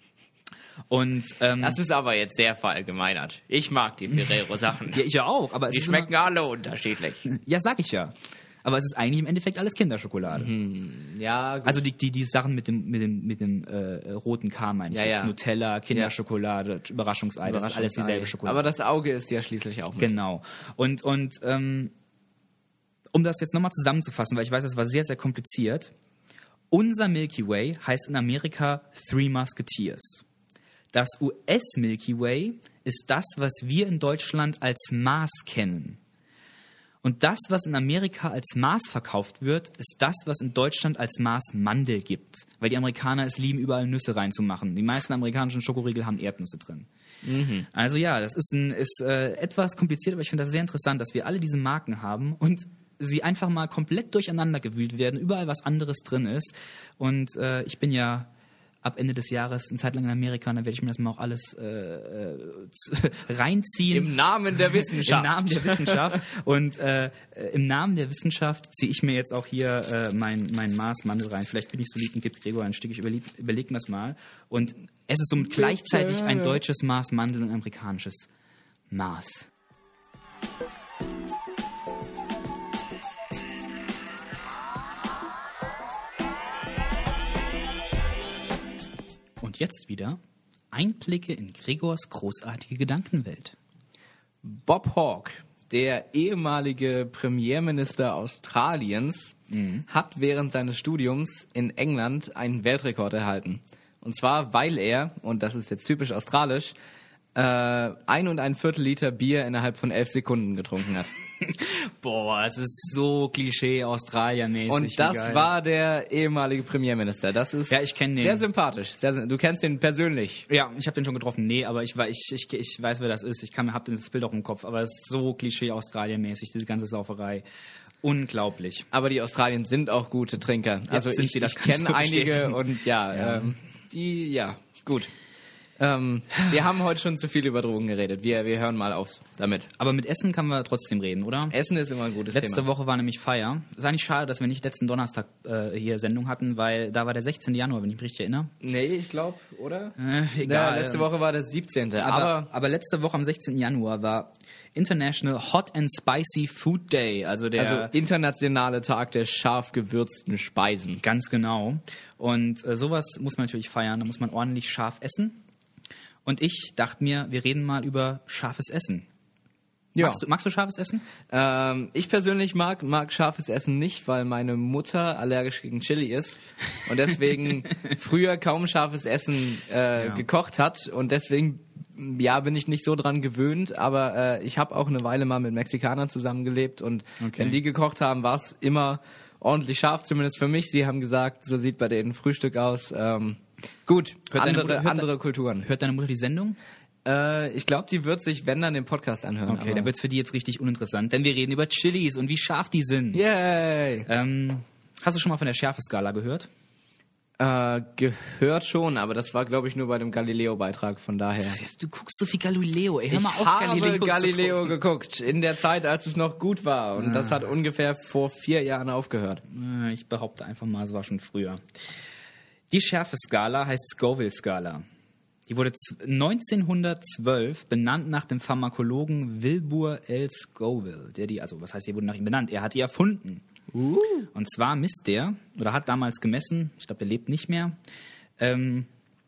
Und, ähm,
das ist aber jetzt sehr verallgemeinert. Ich mag die Ferrero-Sachen.
Ja, ich ja auch. Aber es
die
ist
schmecken
immer,
alle unterschiedlich.
Ja, sag ich ja. Aber es ist eigentlich im Endeffekt alles Kinderschokolade.
Hm, ja, gut.
Also die, die, die Sachen mit dem, mit dem, mit dem äh, roten K, meine ich
ja,
jetzt.
ja.
Nutella, Kinderschokolade, ja. Überraschungsei, das ist alles dieselbe Schokolade.
Aber das Auge ist ja schließlich auch mit.
Genau. Und, und ähm, um das jetzt nochmal zusammenzufassen, weil ich weiß, das war sehr, sehr kompliziert. Unser Milky Way heißt in Amerika Three Musketeers. Das U S Milky Way ist das, was wir in Deutschland als Mars kennen. Und das, was in Amerika als Mars verkauft wird, ist das, was in Deutschland als Mars Mandel gibt. Weil die Amerikaner es lieben, überall Nüsse reinzumachen. Die meisten amerikanischen Schokoriegel haben Erdnüsse drin. Mhm. Also ja, das ist, ein, ist äh, etwas kompliziert, aber ich finde das sehr interessant, dass wir alle diese Marken haben und sie einfach mal komplett durcheinander gewühlt werden, überall was anderes drin ist. Und äh, ich bin ja ab Ende des Jahres eine Zeit lang in Amerika, und dann werde ich mir das mal auch alles äh, äh, reinziehen.
Im Namen der Wissenschaft.
Im Namen der Wissenschaft. Und äh, im Namen der Wissenschaft ziehe ich mir jetzt auch hier äh, mein, mein Maßmandel rein. Vielleicht bin ich so lieb und gebe Gregor ein Stück. Ich überleg, überleg mir das mal. Und es ist so gleichzeitig ein deutsches Maßmandel und ein amerikanisches Maß. Und jetzt wieder Einblicke in Gregors großartige Gedankenwelt.
Bob Hawke, der ehemalige Premierminister Australiens, mhm. hat während seines Studiums in England einen Weltrekord erhalten. Und zwar, weil er, und das ist jetzt typisch australisch, äh, ein und ein Viertel Liter Bier innerhalb von elf Sekunden getrunken hat.
Boah, es ist so Klischee Australier-mäßig.
Und das war der ehemalige Premierminister. Das ist
ja, ich kenn den.
Sehr sympathisch. Sehr, du kennst den persönlich.
Ja, ich habe den schon getroffen. Nee, aber ich, ich, ich, ich weiß, wer das ist. Ich habe das Bild auch im Kopf. Aber es ist so Klischee Australier-mäßig, diese ganze Sauferei. Unglaublich.
Aber die Australier sind auch gute Trinker. Ja, also ich, ich kenne einige und ja, ja. Ähm, die, ja, gut. Ähm, wir haben heute schon zu viel über Drogen geredet. Wir, wir hören mal auf damit.
Aber mit Essen kann man trotzdem reden, oder?
Essen ist immer ein gutes
Letzte
Thema.
Letzte Woche war nämlich Feier. Ist eigentlich schade, dass wir nicht letzten Donnerstag äh, hier Sendung hatten, weil da war der sechzehnten Januar, wenn ich mich richtig erinnere.
Nee, ich glaube, oder?
Äh, egal.
Ja, letzte Woche war der siebzehnte
Aber,
aber,
aber letzte Woche am sechzehnten Januar war International Hot and Spicy Food Day. Also der
also internationale Tag der scharf gewürzten Speisen.
Ganz genau. Und äh, sowas muss man natürlich feiern. Da muss man ordentlich scharf essen. Und ich dachte mir, wir reden mal über scharfes Essen. Ja. Magst du, magst du scharfes Essen?
Ähm, ich persönlich mag, mag scharfes Essen nicht, weil meine Mutter allergisch gegen Chili ist und deswegen früher kaum scharfes Essen äh, ja. gekocht hat. Und deswegen ja, bin ich nicht so dran gewöhnt. Aber äh, ich habe auch eine Weile mal mit Mexikanern zusammengelebt. Und okay. wenn die gekocht haben, war es immer ordentlich scharf, zumindest für mich. Sie haben gesagt, so sieht bei denen Frühstück aus. Ähm, Gut,
hört
andere,
Mutter, hört
andere Kulturen.
Hört deine Mutter die Sendung?
Äh, ich glaube, die wird sich, wenn dann, den Podcast anhören.
Okay, dann wird es für die jetzt richtig uninteressant, denn wir reden über Chilis und wie scharf die sind.
Yay!
Ähm, hast du schon mal von der Schärfeskala gehört?
Äh, gehört schon, aber das war, glaube ich, nur bei dem Galileo-Beitrag, von daher.
Du guckst so viel Galileo, ey, hör mal
ich
auf,
habe
Galileo,
Galileo geguckt, in der Zeit, als es noch gut war. Und ah. das hat ungefähr vor vier Jahren aufgehört.
Ich behaupte einfach mal, es war schon früher. Die Schärfeskala heißt Scoville-Skala. Die wurde neunzehnhundertzwölf benannt nach dem Pharmakologen Wilbur L. Scoville. Der die, also was heißt, die wurde nach ihm benannt? Er hat die erfunden. Uh. Und zwar misst der, oder hat damals gemessen, ich glaube, der lebt nicht mehr, ähm,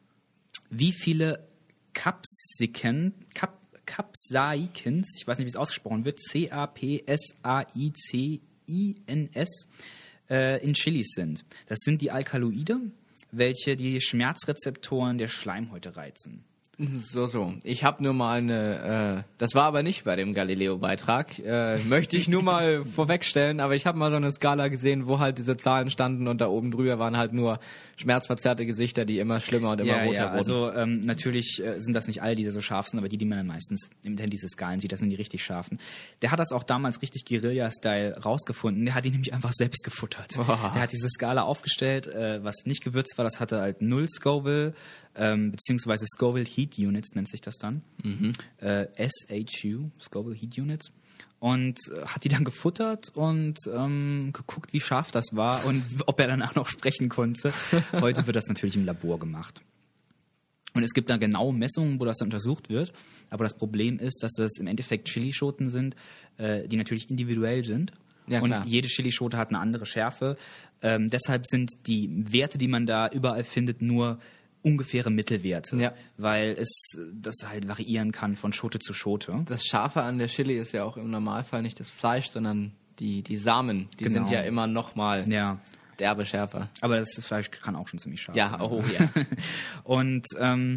wie viele Capsicen, Cap, Capsaicins, ich weiß nicht, wie es ausgesprochen wird, C A P S A I C I N S, äh, in Chilis sind. Das sind die Alkaloide, welche die Schmerzrezeptoren der Schleimhäute reizen.
So, so. Ich habe nur mal eine, äh, das war aber nicht bei dem Galileo-Beitrag, äh, möchte ich nur mal vorwegstellen, aber ich habe mal so eine Skala gesehen, wo halt diese Zahlen standen und da oben drüber waren halt nur schmerzverzerrte Gesichter, die immer schlimmer und immer
ja,
roter
ja.
wurden.
Also ähm, natürlich äh, sind das nicht alle, die so scharf sind, aber die, die man dann meistens im Internet diese Skalen sieht, das sind die richtig scharfen. Der hat das auch damals richtig Guerilla-Style rausgefunden, der hat die nämlich einfach selbst gefuttert. Oh. Der hat diese Skala aufgestellt, äh, was nicht gewürzt war, das hatte halt null Scoville, Ähm, beziehungsweise Scoville Heat Units nennt sich das dann. Mhm. Äh, S H U, Scoville Heat Units. Und äh, hat die dann gefuttert und ähm, geguckt, wie scharf das war und ob er danach noch sprechen konnte. Heute wird das natürlich im Labor gemacht. Und es gibt da genaue Messungen, wo das dann untersucht wird. Aber das Problem ist, dass das im Endeffekt Chilischoten sind, äh, die natürlich individuell sind.
Ja,
und
klar.
jede Chilischote hat eine andere Schärfe. Ähm, deshalb sind die Werte, die man da überall findet, nur ungefähre Mittelwerte, ja. weil es das halt variieren kann von Schote zu Schote.
Das Scharfe an der Chili ist ja auch im Normalfall nicht das Fleisch, sondern die, die Samen. Die genau. sind ja immer noch mal
ja.
derbe schärfer.
Aber das Fleisch kann auch schon ziemlich scharf
ja,
sein.
Oh, ja.
Und ähm,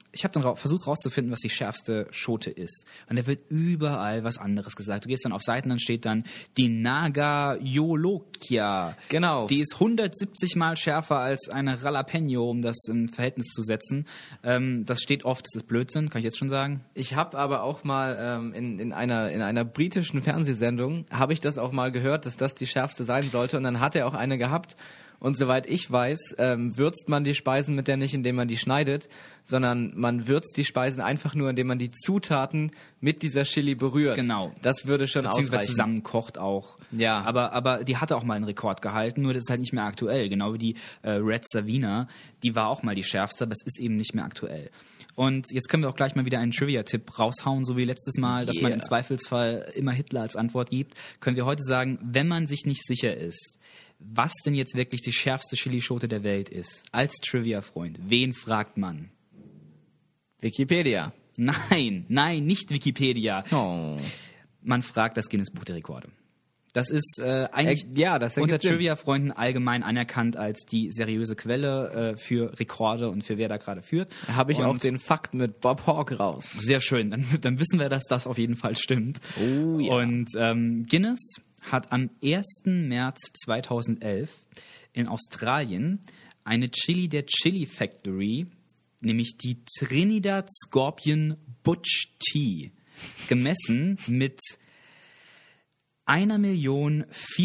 ich habe dann ra- versucht rauszufinden, was die schärfste Schote ist. Und da wird überall was anderes gesagt. Du gehst dann auf Seiten, dann steht dann die Naga Yolokia.
Genau.
Die ist hundertsiebzig Mal schärfer als eine Jalapeno, um das im Verhältnis zu setzen. Ähm, das steht oft, das ist Blödsinn, kann ich jetzt schon sagen.
Ich habe aber auch mal ähm, in, in, einer, in einer britischen Fernsehsendung, habe ich das auch mal gehört, dass das die schärfste sein sollte. Und dann hat er auch eine gehabt. Und soweit ich weiß, ähm, würzt man die Speisen mit der nicht, indem man die schneidet, sondern man würzt die Speisen einfach nur, indem man die Zutaten mit dieser Chili berührt.
Genau.
Das würde schon
Beziehungsweise
ausreichen.
zusammenkocht auch.
Ja.
Aber, aber die hatte auch mal einen Rekord gehalten, nur das ist halt nicht mehr aktuell. Genau wie die äh, Red Savina, die war auch mal die schärfste, aber es ist eben nicht mehr aktuell. Und jetzt können wir auch gleich mal wieder einen Trivia-Tipp raushauen, so wie letztes Mal, dass man
Yeah.
im Zweifelsfall immer Hitler als Antwort gibt. Können wir heute sagen, wenn man sich nicht sicher ist, was denn jetzt wirklich die schärfste Chilischote der Welt ist, als Trivia-Freund, wen fragt man?
Wikipedia.
Nein, nein, nicht Wikipedia.
Oh.
Man fragt das Guinness-Buch der Rekorde. Das ist äh, eigentlich
Äh, ja, das
unter
ergibt Sinn.
Trivia-Freunden allgemein anerkannt als die seriöse Quelle äh, für Rekorde und für wer da gerade führt.
Da habe ich
Und
auch den Fakt mit Bob Hawke raus.
Sehr schön, dann, dann wissen wir, dass das auf jeden Fall stimmt.
Oh ja.
Und ähm, Guinness hat am ersten März zweitausendelf in Australien eine Chili der Chili Factory, nämlich die Trinidad Scorpion Butch Tea, gemessen mit eine Million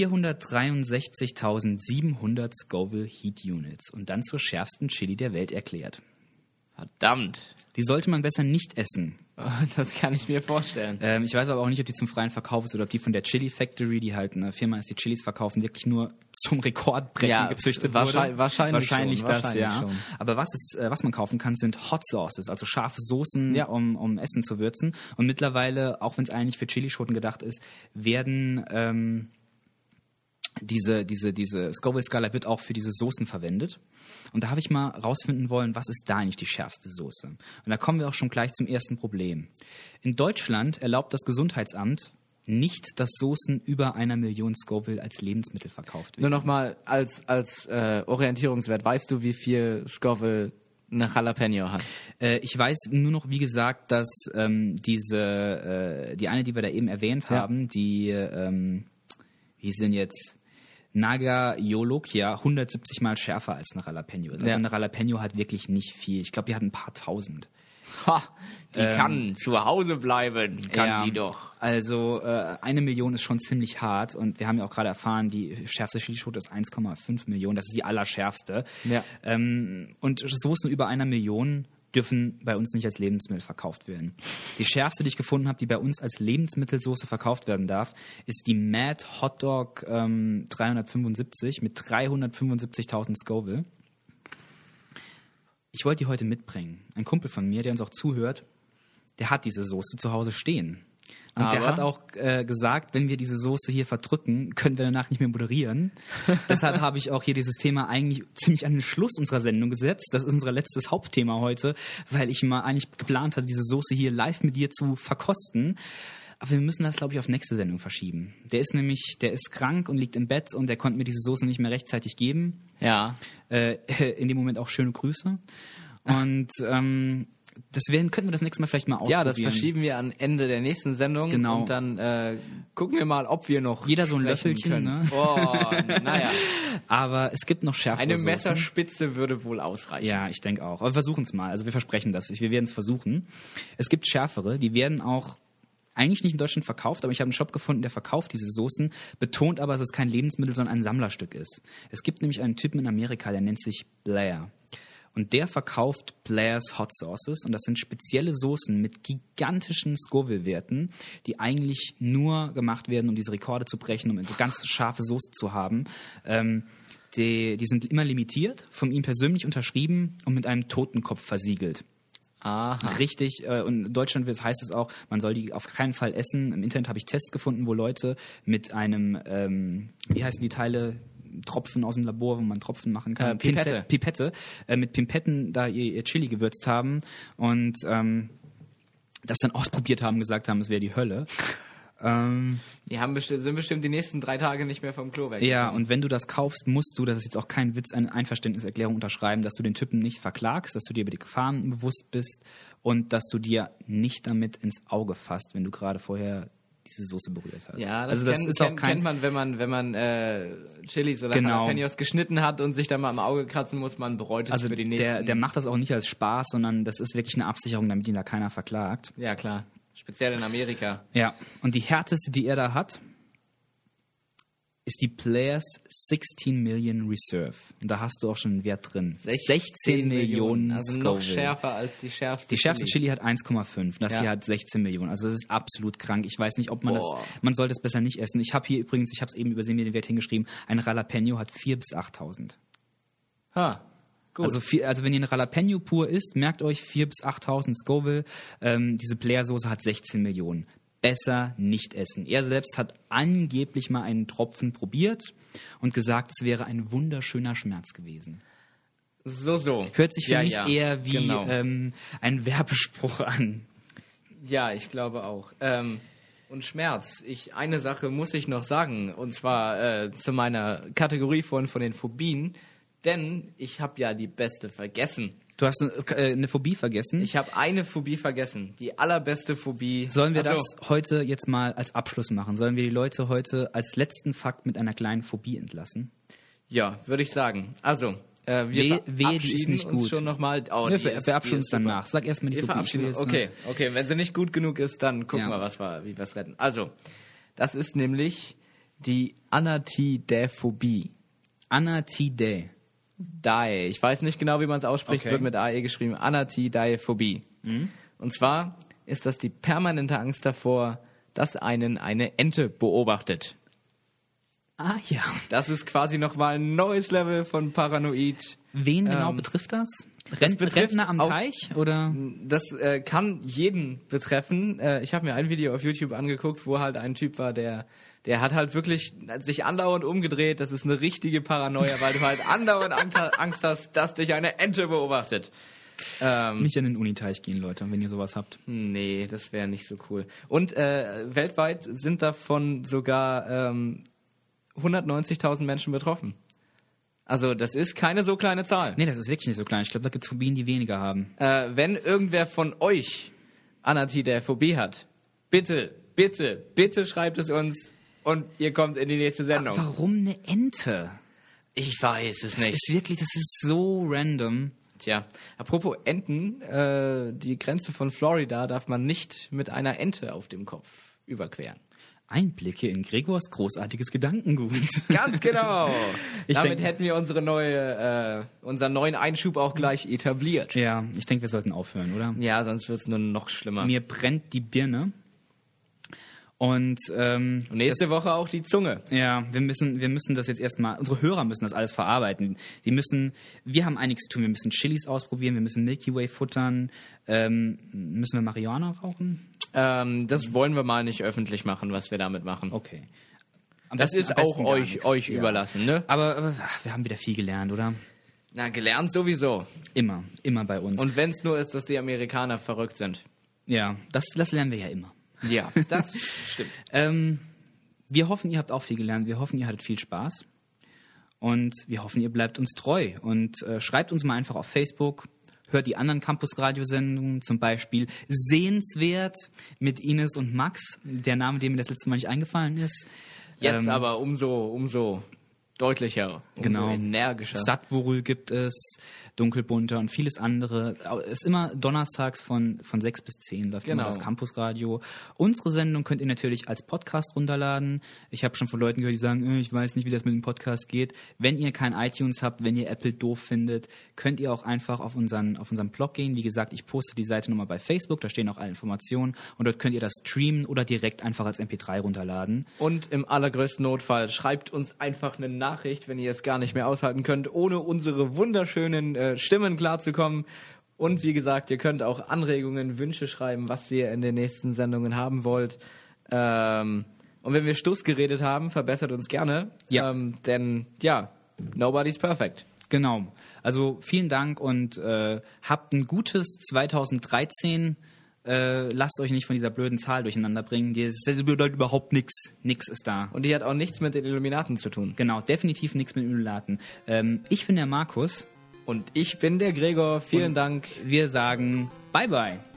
vierhundertdreiundsechzigtausendsiebenhundert Scoville Heat Units und dann zur schärfsten Chili der Welt erklärt.
Verdammt.
Die sollte man besser nicht essen.
Das kann ich mir vorstellen.
Ähm, ich weiß aber auch nicht, ob die zum freien Verkauf ist oder ob die von der Chili Factory, die halt eine Firma ist, die Chilis verkaufen, wirklich nur zum Rekordbrechen
Ja,
gezüchtet
wahrscheinlich-
wurde.
wahrscheinlich
Wahrscheinlich
schon,
das,
wahrscheinlich
ja.
schon.
Aber was, ist, äh, was man kaufen kann, sind Hot Sauces, also scharfe Soßen,
Ja.
um, um Essen zu würzen. Und mittlerweile, auch wenn es eigentlich für Chilischoten gedacht ist, werden ähm, diese, diese, diese Scoville-Skala wird auch für diese Soßen verwendet. Und da habe ich mal rausfinden wollen, was ist da eigentlich die schärfste Soße? Und da kommen wir auch schon gleich zum ersten Problem. In Deutschland erlaubt das Gesundheitsamt nicht, dass Soßen über einer Million Scoville als Lebensmittel verkauft
Nur
werden.
nochmal als, als äh, Orientierungswert. Weißt du, wie viel Scoville eine Jalapeno hat?
Äh, ich weiß nur noch, wie gesagt, dass ähm, diese, äh, die eine, die wir da eben erwähnt
Ja.
haben, die, ähm, wie hieß denn jetzt? Naga Yolokia hundertsiebzig Mal schärfer als eine Jalapeno. Also
Ja.
eine Jalapeno hat wirklich nicht viel. Ich glaube, die hat ein paar tausend.
Ha, die
Ähm,
kann zu Hause bleiben, kann
Ja,
die doch.
Also äh, eine Million ist schon ziemlich hart und wir haben ja auch gerade erfahren, die schärfste Chilischote ist eins Komma fünf Millionen. Das ist die allerschärfste.
Ja.
Ähm, und Soßen über einer Million dürfen bei uns nicht als Lebensmittel verkauft werden. Die schärfste, die ich gefunden habe, die bei uns als Lebensmittelsoße verkauft werden darf, ist die Mad Hot Dog ähm, dreihundertfünfundsiebzig mit dreihundertfünfundsiebzigtausend Scoville. Ich wollte die heute mitbringen. Ein Kumpel von mir, der uns auch zuhört, der hat diese Soße zu Hause stehen. Und der
Aber?
hat auch äh, gesagt, wenn wir diese Soße hier verdrücken, können wir danach nicht mehr moderieren. Deshalb habe ich auch hier dieses Thema eigentlich ziemlich an den Schluss unserer Sendung gesetzt. Das ist unser letztes Hauptthema heute, weil ich mal eigentlich geplant hatte, diese Soße hier live mit dir zu verkosten. Aber wir müssen das, glaube ich, auf nächste Sendung verschieben. Der ist nämlich, der ist krank und liegt im Bett und der konnte mir diese Soße nicht mehr rechtzeitig geben.
Ja.
Äh, in dem Moment auch schöne Grüße. Und ähm, das werden, könnten wir das nächste Mal vielleicht mal ausprobieren.
Ja, das verschieben wir an Ende der nächsten Sendung.
Genau.
Und dann äh, gucken wir mal, ob wir noch
Jeder so ein
sprechen
Löffelchen,
können.
ne?
Oh, naja.
Aber es gibt noch schärfere
Eine
Soßen.
Messerspitze würde wohl ausreichen.
Ja, ich denke auch. Aber wir versuchen es mal. Also wir versprechen das. Wir werden es versuchen. Es gibt schärfere, die werden auch eigentlich nicht in Deutschland verkauft, aber ich habe einen Shop gefunden, der verkauft diese Soßen, betont aber, dass es kein Lebensmittel, sondern ein Sammlerstück ist. Es gibt nämlich einen Typen in Amerika, der nennt sich Blair. Und der verkauft Blair's Hot Sauces und das sind spezielle Soßen mit gigantischen Scoville-Werten, die eigentlich nur gemacht werden, um diese Rekorde zu brechen, um eine ganz scharfe Soße zu haben. Ähm, die, die sind immer limitiert, von ihm persönlich unterschrieben und mit einem Totenkopf versiegelt.
Aha.
Richtig, äh, und in Deutschland heißt es auch, man soll die auf keinen Fall essen. Im Internet habe ich Tests gefunden, wo Leute mit einem, ähm, wie heißen die Teile, Tropfen aus dem Labor, wo man Tropfen machen kann.
Äh, Pipette.
Pinzett, Pipette, äh, mit Pipetten da ihr, ihr Chili gewürzt haben und ähm, das dann ausprobiert haben, gesagt haben, es wäre die Hölle. Ähm,
Die haben besti- sind bestimmt die nächsten drei Tage nicht mehr vom Klo weg.
ja, und wenn du das kaufst, musst du, das ist jetzt auch kein Witz, eine Einverständniserklärung unterschreiben, dass du den Typen nicht verklagst, dass du dir über die Gefahren bewusst bist und dass du dir nicht damit ins Auge fasst, wenn du gerade vorher diese Soße berührt hast.
Ja, das,
also das
kennt,
ist
kennt,
auch kein,
kennt man, wenn man, wenn man äh, Chilis oder
Genau.
Jalapenos geschnitten hat und sich dann mal am Auge kratzen muss, man bereut es
also
für die nächsten...
der, der macht das auch nicht als Spaß, sondern das ist wirklich eine Absicherung, damit ihn da keiner verklagt.
Ja, klar. Speziell in Amerika.
Ja, und die härteste, die er da hat, ist die Players sechzehn Million Reserve. Und da hast du auch schon einen Wert drin. sechzehn Millionen
Also noch
Scoville.
schärfer als die schärfste
Die schärfste
Chili.
Chili hat eins Komma fünf, das
Ja.
hier hat sechzehn Millionen. Also das ist absolut krank. Ich weiß nicht, ob man
Boah.
das, man sollte es besser nicht essen. Ich habe hier übrigens, ich habe es eben übersehen, mir den Wert hingeschrieben, ein Jalapeno hat viertausend bis achttausend.
Ha, gut.
Also, viel, also wenn ihr eine Jalapeno pur isst, merkt euch viertausend bis achttausend Scoville. Ähm, diese Player-Soße hat sechzehn Millionen. Besser nicht essen. Er selbst hat angeblich mal einen Tropfen probiert und gesagt, es wäre ein wunderschöner Schmerz gewesen.
so, so.
Hört sich für
ja,
mich
ja.
eher wie
Genau.
ähm, ein Werbespruch an.
Ja, ich glaube auch. Ähm, und Schmerz. Ich, eine Sache muss ich noch sagen, und zwar äh, zu meiner Kategorie von, von den Phobien, denn ich habe ja die beste vergessen.
Du hast eine, äh, eine Phobie vergessen.
Ich habe eine Phobie vergessen. Die allerbeste Phobie.
Sollen wir
Also,
das heute jetzt mal als Abschluss machen? Sollen wir die Leute heute als letzten Fakt mit einer kleinen Phobie entlassen?
Ja, würde ich sagen. Also, äh, wir
Wehe- wehe, die ist
verabschieden
nicht
uns
gut.
schon nochmal. Oh,
Wir
die
ver-
ist-
verabschieden
die
uns
ist super.
danach. Sag erstmal die
Wir
Phobie.
verabschieden uns. Okay, okay. Wenn sie nicht gut genug ist, dann gucken
Ja.
wir, was wir, wie wir es retten. Also, das ist nämlich die Anatidaephobie.
Anatidae.
Dae. Ich weiß nicht genau, wie man es ausspricht,
Okay.
wird mit A E geschrieben. Anatidaephobie.
Mhm.
Und zwar ist das die permanente Angst davor, dass einen eine Ente beobachtet.
Ah ja.
Das ist quasi nochmal ein neues Level von Paranoid.
Wen genau
Ähm,
betrifft das? Rent
betrifft
Rentner am
auch-
Teich? Oder?
Das äh, kann jeden betreffen. Äh, ich habe mir ein Video auf YouTube angeguckt, wo halt ein Typ war, der der hat halt wirklich sich andauernd umgedreht. Das ist eine richtige Paranoia, weil du halt andauernd Ang- Angst hast, dass dich eine Ente beobachtet. Ähm,
Nicht an den Uniteich gehen, Leute, wenn ihr sowas habt.
nee, das wäre nicht so cool. Und äh, weltweit sind davon sogar ähm, hundertneunzigtausend Menschen betroffen. Also das ist keine so kleine Zahl.
Nee, das ist wirklich nicht so klein. Ich glaube, da gibt es Phobien, die weniger haben.
Äh, wenn irgendwer von euch Anatidaephobie hat, bitte, bitte, bitte schreibt es uns und ihr kommt in die nächste Sendung.
Warum eine Ente?
Ich weiß es
Das
nicht.
ist wirklich, das ist so random.
Tja, apropos Enten, äh, die Grenze von Florida darf man nicht mit einer Ente auf dem Kopf überqueren.
Einblicke in Gregors großartiges Gedankengut.
Ganz genau.
Ich
Damit
denk-
hätten wir unsere neue, äh, unseren neuen Einschub auch gleich etabliert.
Ja, ich denke, wir sollten aufhören, oder?
Ja, sonst wird es nur noch schlimmer.
Mir brennt die Birne. Und ähm,
Und nächste Woche auch die Zunge.
ja, wir müssen, wir müssen das jetzt erstmal, unsere Hörer müssen das alles verarbeiten. Die müssen, wir haben einiges zu tun. Wir müssen Chilis ausprobieren, wir müssen Milky Way futtern. Ähm, müssen wir Marihuana rauchen?
Ähm, das wollen wir mal nicht öffentlich machen, was wir damit machen.
Okay. Am
Das
besten-
ist
am besten
auch
gar
euch,
nichts.
euch
Ja.
überlassen, ne?
Aber, aber ach, wir haben wieder viel gelernt, oder?
Na, gelernt sowieso.
Immer, immer bei uns.
Und wenn es nur ist, dass die Amerikaner verrückt sind.
ja, das, das lernen wir ja immer.
Ja, das stimmt.
Ähm, wir hoffen, ihr habt auch viel gelernt. Wir hoffen, ihr hattet viel Spaß. Und wir hoffen, ihr bleibt uns treu. Und äh, schreibt uns mal einfach auf Facebook. Hört die anderen Campus-Radio-Sendungen, zum Beispiel Sehenswert mit Ines und Max. Der Name, der mir das letzte Mal nicht eingefallen ist.
Jetzt
Ähm,
aber umso, umso deutlicher, umso
Genau.
energischer.
Sattworül gibt es, Dunkelbunter und vieles andere. Es ist immer donnerstags von, von sechs bis zehn läuft
Genau.
immer das Campusradio. Unsere Sendung könnt ihr natürlich als Podcast runterladen. Ich habe schon von Leuten gehört, die sagen, äh, ich weiß nicht, wie das mit dem Podcast geht. Wenn ihr kein iTunes habt, wenn ihr Apple doof findet, könnt ihr auch einfach auf unseren, auf unseren Blog gehen. Wie gesagt, ich poste die Seite nochmal bei Facebook, da stehen auch alle Informationen und dort könnt ihr das streamen oder direkt einfach als M P drei runterladen.
Und im allergrößten Notfall schreibt uns einfach eine Nachricht, wenn ihr es gar nicht mehr aushalten könnt, ohne unsere wunderschönen äh, Stimmen klarzukommen. Und wie gesagt, ihr könnt auch Anregungen, Wünsche schreiben, was ihr in den nächsten Sendungen haben wollt. Ähm, und wenn wir Stuss geredet haben, verbessert uns gerne.
Ja.
Ähm, denn ja, nobody's perfect.
Genau. Also vielen Dank und äh, habt ein gutes zweitausenddreizehn. Äh, lasst euch nicht von dieser blöden Zahl durcheinander bringen. Die ist, das bedeutet überhaupt nichts. Nix ist da.
Und die hat auch nichts mit den Illuminaten zu tun.
Genau, definitiv nichts mit Illuminaten. Ähm, ich bin der Markus.
Und ich bin der Gregor. Vielen
Und
Dank.
Wir sagen Bye-bye.